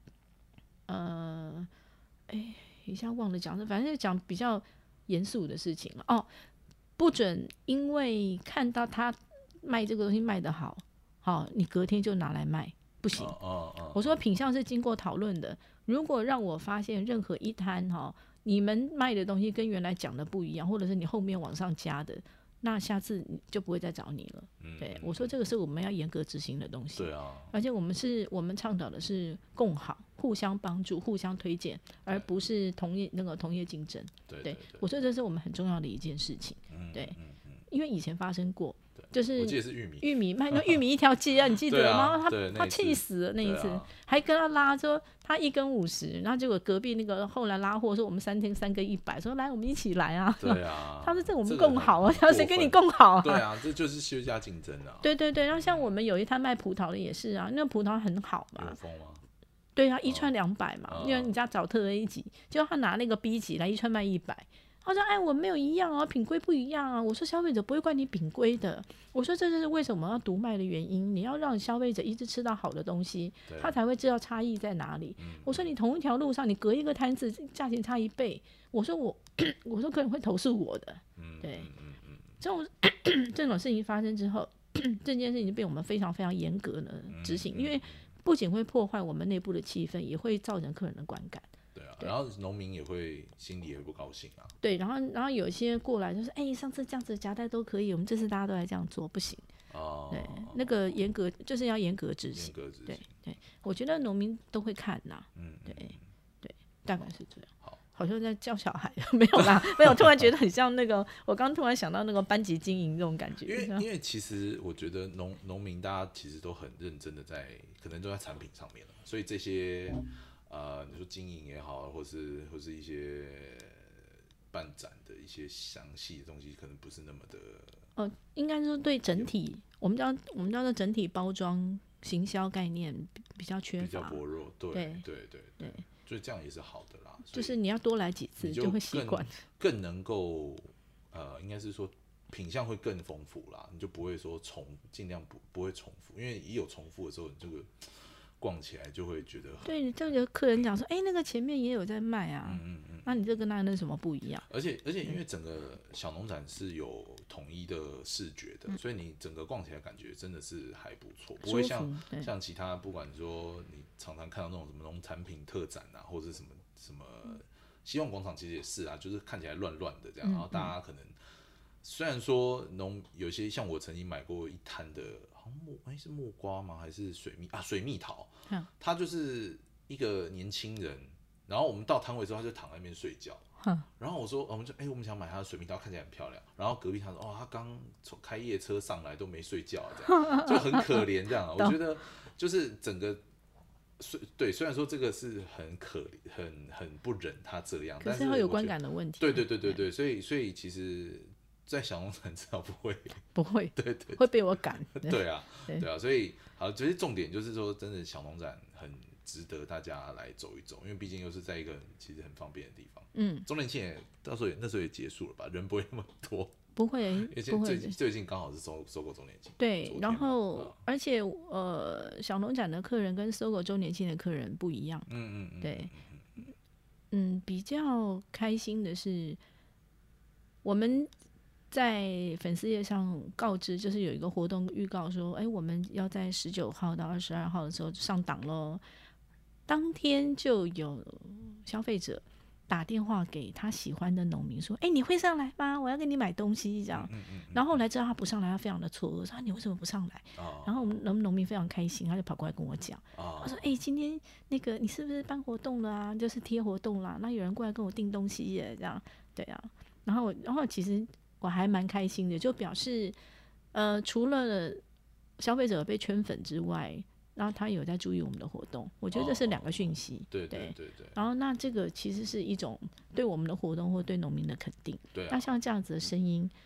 呃，哎，一下忘了讲，反正就讲比较严肃的事情哦。不准因为看到他卖这个东西卖得好，好，你隔天就拿来卖，不行。哦哦哦、我说品项是经过讨论的，如果让我发现任何一摊哈，你们卖的东西跟原来讲的不一样，或者是你后面往上加的，那下次就不会再找你了。嗯、对，我说这个是我们要严格执行的东西。对啊，而且我们是我们倡导的是共好，互相帮助，互相推荐，而不是同业那个同业竞争。对, 对, 对, 对，我说这是我们很重要的一件事情。嗯、对、嗯嗯，因为以前发生过，就是我记得是玉米， 玉米卖那玉米一条街啊，你记得吗？啊、他他气死了那一次，啊、还跟他拉说他一根五十，然后结果隔壁那个后来拉货说我们三天三根一百，说来我们一起来啊。对啊，他说这我们共好啊，他说谁跟你共好啊？ 对啊，这就是休假竞争啊。 对对对，然后像我们有一摊卖葡萄的也是啊，那个葡萄很好嘛。有风吗？对啊，一串两百嘛，哦、因为你家找特 A 级，结果他拿那个 B 级来一串卖一百，他说哎我没有一样啊，品规不一样啊。我说消费者不会怪你品规的，我说这就是为什么要独卖的原因，你要让消费者一直吃到好的东西，他才会知道差异在哪里。嗯、我说你同一条路上你隔一个摊子价钱差一倍，我说我我说客人会投诉我的。嗯、对，嗯嗯、这种这种事情发生之后，这件事情被我们非常非常严格的执行，嗯、因为不仅会破坏我们内部的气氛，也会造成客人的观感。 对啊，对，然后农民也会心里也会不高兴啊。 对，然后然后有些过来就是哎、欸，上次这样子夹带都可以，我们这次大家都来这样做，不行。哦。对，那个严格就是要严格执行。严格执行。对对，我觉得农民都会看呐。嗯。对对，大概是这样。好。好像在教小孩，没有啦，没有。突然觉得很像那个，我刚突然想到那个班级经营这种感觉。 因为因为其实我觉得农农民大家其实都很认真的在，可能都在产品上面了，所以这些呃你说经营也好，或是或是一些办展的一些详细的东西，可能不是那么的。 呃，应该说对整体，我们叫我们叫做整体包装行销概念比较缺乏， 比较薄弱。对对对 对, 对。所以这样也是好的啦， 就是你要多来几次就会习惯， 更能够呃，应该是说品项会更丰富啦，你就不会说重，尽量不不会重复，因为一有重复的时候，你这个逛起来就会觉得很， 对，你就有客人讲说，哎、欸，那个前面也有在卖啊，嗯嗯嗯，那你这跟那那什么不一样？ 而且而且因为整个小农展是有统一的视觉的，嗯、所以你整个逛起来感觉真的是还不错，不会像像其他不管说你常常看到那种什么农产品特展啊，或者什么什么希望广场，其实也是啊，就是看起来乱乱的这样，嗯、然后大家可能虽然说农有些像我曾经买过一摊的，好像木哎是木瓜吗？还是水蜜啊？水蜜桃，嗯、他就是一个年轻人。然后我们到摊位之后，他就躺在那边睡觉。然后我说，我们就哎、欸，我们想买他的水蜜桃，看起来很漂亮。然后隔壁他说，哦，他刚从开夜车上来都没睡觉，这样就很可怜这样。我觉得就是整个，对，虽然说这个是很可怜，很很不忍他这样， 可是会有观感的问题。 对对对对对，所以所以其实，在小农展至少不会， 不会， 对 对, 对， 会被我赶。 对啊，对, 对啊，所以好，其实重点就是说，真的小农展很值得大家来走一走，因为毕竟又是在一个其实很方便的地方。嗯，周年庆也到时候也那时候也结束了吧，人不会那么多。 不会， 因为最近最近刚好是收收购周年庆。 对，然后、嗯、而且呃，小农展的客人跟收购周年庆的客人不一样。嗯嗯嗯，对，嗯，比较开心的是，我们在粉丝页上告知，就是有一个活动预告说，哎，我们要在十九号到二十二号的时候上档咯。当天就有消费者打电话给他喜欢的农民说，哎，你会上来吗？我要跟你买东西这样。嗯嗯嗯、然后后来知道他不上来，他非常的错愕，说、啊、你为什么不上来？哦、然后我们农农民非常开心，他就跑过来跟我讲，哦、他说，哎，今天那个你是不是办活动了啊？就是贴活动啦，那有人过来跟我订东西耶，这样。对啊，然后然后其实我还蛮开心的，就表示呃除了消费者被圈粉之外，然后他有在注意我们的活动，我觉得这是两个讯息。哦、对对对对。然后那这个其实是一种对我们的活动或对农民的肯定。对、啊。那像这样子的声音，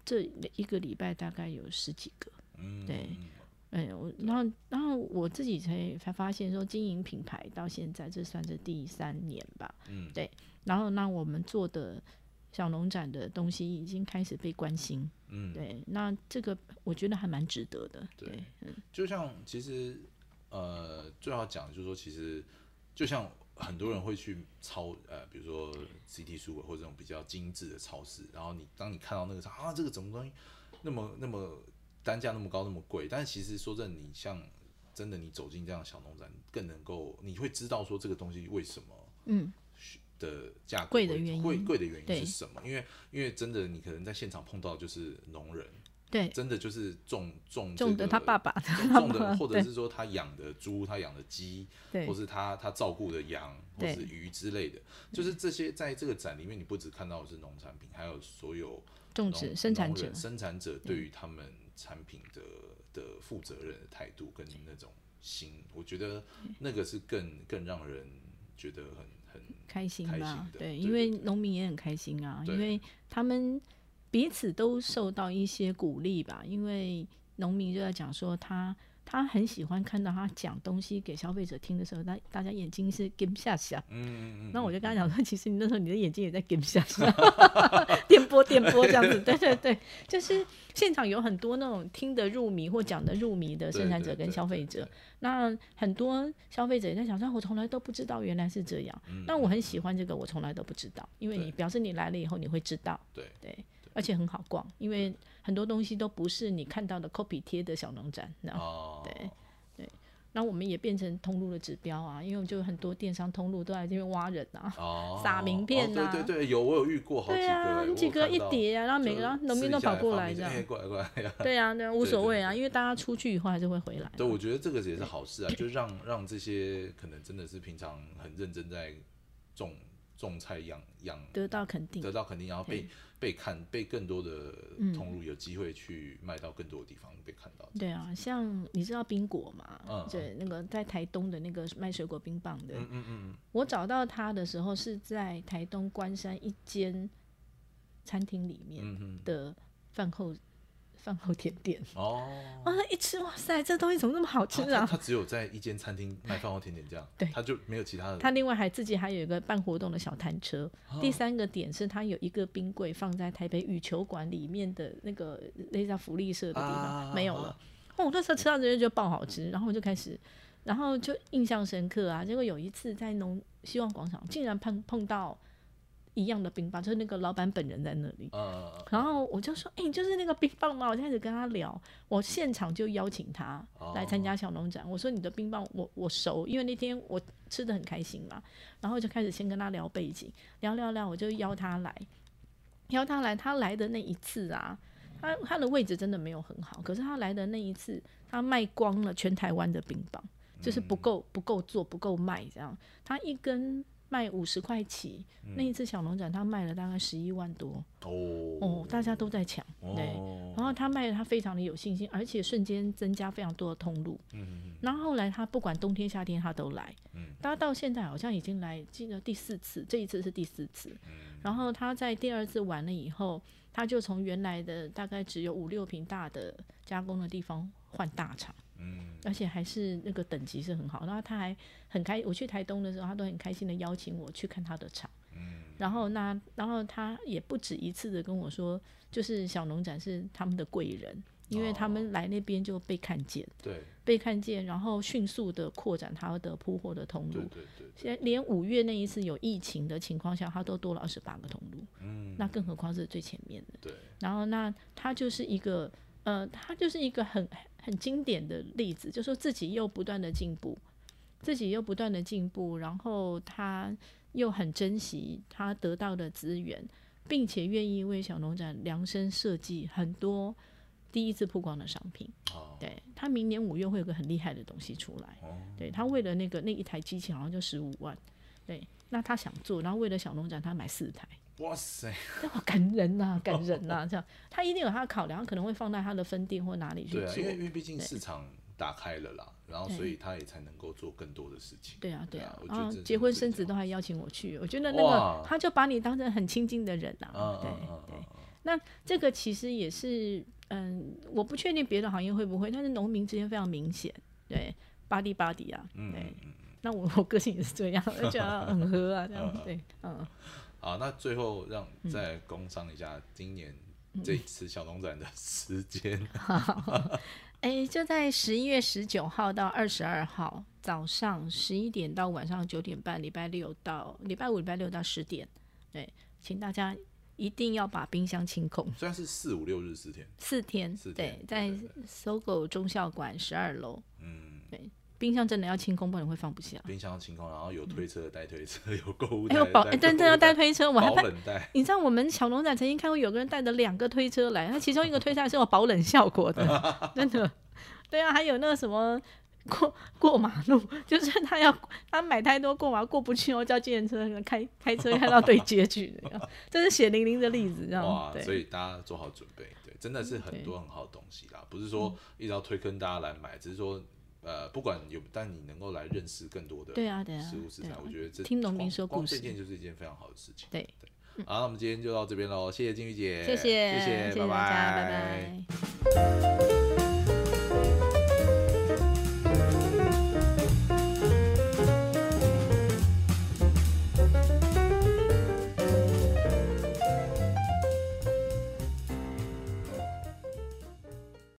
这一个礼拜大概有十几个， 嗯， 对。哎，我然后然后我自己才才发现说，经营品牌到现在这算是第三年吧，嗯，对。然后那我们做的小农展的东西已经开始被关心，嗯，对。那这个我觉得还蛮值得的，对，对嗯， 就像其实呃，最好讲就是说，其实就像很多人会去超呃，比如说 C T 书或者这种比较精致的超市，然后你当你看到那个啊，这个什么东西那么那么。单价那么高那么贵，但是其实说真的，你像真的你走进这样的小农展，更能够你会知道说这个东西为什么嗯的价格贵的原因， 贵贵的原因是什么？因为因为真的你可能在现场碰到就是农人， 对， 真的就是种种种的他爸爸种的，或者是说他养的猪、他养的鸡，或是他他照顾的羊或是鱼之类的，就是这些在这个展里面，你不只看到的是农产品，还有所有种植生产者生产者对于他们产品的的负责任的态度跟那种心，我觉得那个是更更让人觉得很很开心吧？ 对， 对，因为农民也很开心啊，因为他们彼此都受到一些鼓励吧。因为农民就在讲说他。他很喜欢看到他讲东西给消费者听的时候，大大家眼睛是 game 下下。嗯嗯嗯。那我就跟他讲说，其实你那时候你的眼睛也在 game 下下，电波电波这样子。对对对，就是现场有很多那种听得入迷或讲得入迷的生产者跟消费者。对对对对，那很多消费者也在想说，我从来都不知道原来是这样。嗯。那我很喜欢这个，我从来都不知道，因为你表示你来了以后你会知道。对对。而且很好逛，因为很多东西都不是你看到的 copy 贴的小农展，哦、对对。那我们也变成通路的指标啊，因为就很多电商通路都来这边挖人啊，哦、撒名片啊、 哦，对对对，有我有遇过好几个，对啊，几个一叠啊，然后每个农民都跑过来这样， 欸、过来过来， 对啊，对啊，无所谓啊，因为大家出去以后还是会回来。 对，我觉得这个也是好事啊，就让让这些可能真的是平常很认真在种。种菜养养得到肯定， 得到肯定，然后被被看，被更多的通路有机会去卖到更多的地方被看到。 对啊，像你知道冰果嘛？嗯，对，那个在台东的那个卖水果冰棒的，嗯嗯嗯，我找到他的时候是在台东关山一间餐厅里面的饭后。饭后甜点哦，哇！一吃哇塞，这东西怎么那么好吃啊？ 他, 他只有在一间餐厅卖饭后甜点这样，对，他就没有其他的。 他另外还自己还有一个办活动的小摊车。哦、第三个点是他有一个冰柜放在台北羽球馆里面的那个类似福利社的地方，啊、没有了。哦，我那时候吃到这些就爆好吃，然后我就开始，然后就印象深刻啊。结果有一次在农希望广场，竟然碰碰到。一样的冰棒，就是那个老板本人在那里，嗯、然后我就说：“哎、欸，你就是那个冰棒吗？”我就开始跟他聊，我现场就邀请他来参加小农展。我说：“你的冰棒我我熟，因为那天我吃得很开心嘛。”然后就开始先跟他聊背景，聊聊聊，我就邀他来，邀他来。他来的那一次啊，他他的位置真的没有很好，可是他来的那一次，他卖光了全台湾的冰棒，就是不够不够做不够卖这样，他一根。卖五十块起、嗯，那一次小农展他卖了大概十一万多哦，哦，大家都在抢，对、哦，然后他卖的他非常的有信心，而且瞬间增加非常多的通路，嗯，然后后来他不管冬天夏天他都来，嗯，他到现在好像已经来记得第四次，这一次是第四次，嗯，然后他在第二次完了以后，他就从原来的大概只有五六坪大的加工的地方换大厂。嗯，而且还是那个等级是很好，然后他还很开，我去台东的时候，他都很开心的邀请我去看他的厂。嗯，然后那然后他也不止一次的跟我说，就是小农展是他们的贵人，因为他们来那边就被看见，对、哦，被看见，然后迅速的扩展他的铺货的通路。对对 对, 对，现在连五月那一次有疫情的情况下，他都多了二十八个通路。嗯，那更何况是最前面的。对，然后那他就是一个。呃，他就是一个很很经典的例子，就是说自己又不断的进步，自己又不断的进步，然后他又很珍惜他得到的资源，并且愿意为小农展量身设计很多第一次曝光的商品。哦、对，他明年五月会有个很厉害的东西出来。哦、对，他为了那个那一台机器好像就十五万，对，那他想做，然后为了小农展他买四台。哇塞，感人呐、啊，感人呐、啊！这样，他一定有他的考量，可能会放在他的分店或哪里去做。 对啊，因为因为毕竟市场打开了啦，然后所以他也才能够做更多的事情。 对啊，对啊，然后结婚生子都还邀请我去，我觉得那个他就把你当成很亲近的人啊。对对。 那这个其实也是，嗯，我不确定别的行业会不会，但是农民之间非常明显，对，巴蒂巴蒂啊，对。嗯、那我我个性也是这样，就觉得很合啊，这样对，嗯。 好，那最后让再工商一下今年这一次小农展的时间。 哎、欸，就在十一月十九号到二十二号早上十一点到晚上九点半，礼拜六到礼拜五、礼拜六到十点，对，请大家一定要把冰箱清空。 虽然是四五六日四天， 四天， 四天对，在搜狗中校馆十二楼， 嗯， 对。冰箱真的要清空，不然会放不下。 冰箱要清空，然后有推车带推车，有购物袋， 有保，哎，真的要带推车，我还保冷袋。 你知道我们小农展曾经看过有个人带着两个推车来，他其中一个推车还是有保冷效果的，真的。对啊，还有那个什么过过马路，就是他要他买太多过马路过不去，然后叫计程车开开车开到对街去的，这是血淋淋的例子，这样。 哇，所以大家做好准备，对，真的是很多很好的东西啦，不是说一直要推坑大家来买，只是说。呃，不管有，但你能够来认识更多的食物市场，我觉得这听农民说故事， 光这件就是一件非常好的事情。 对对，好，那我们今天就到这边喽，谢谢金鱼姐， 谢谢， 谢谢， 谢谢大家，拜拜。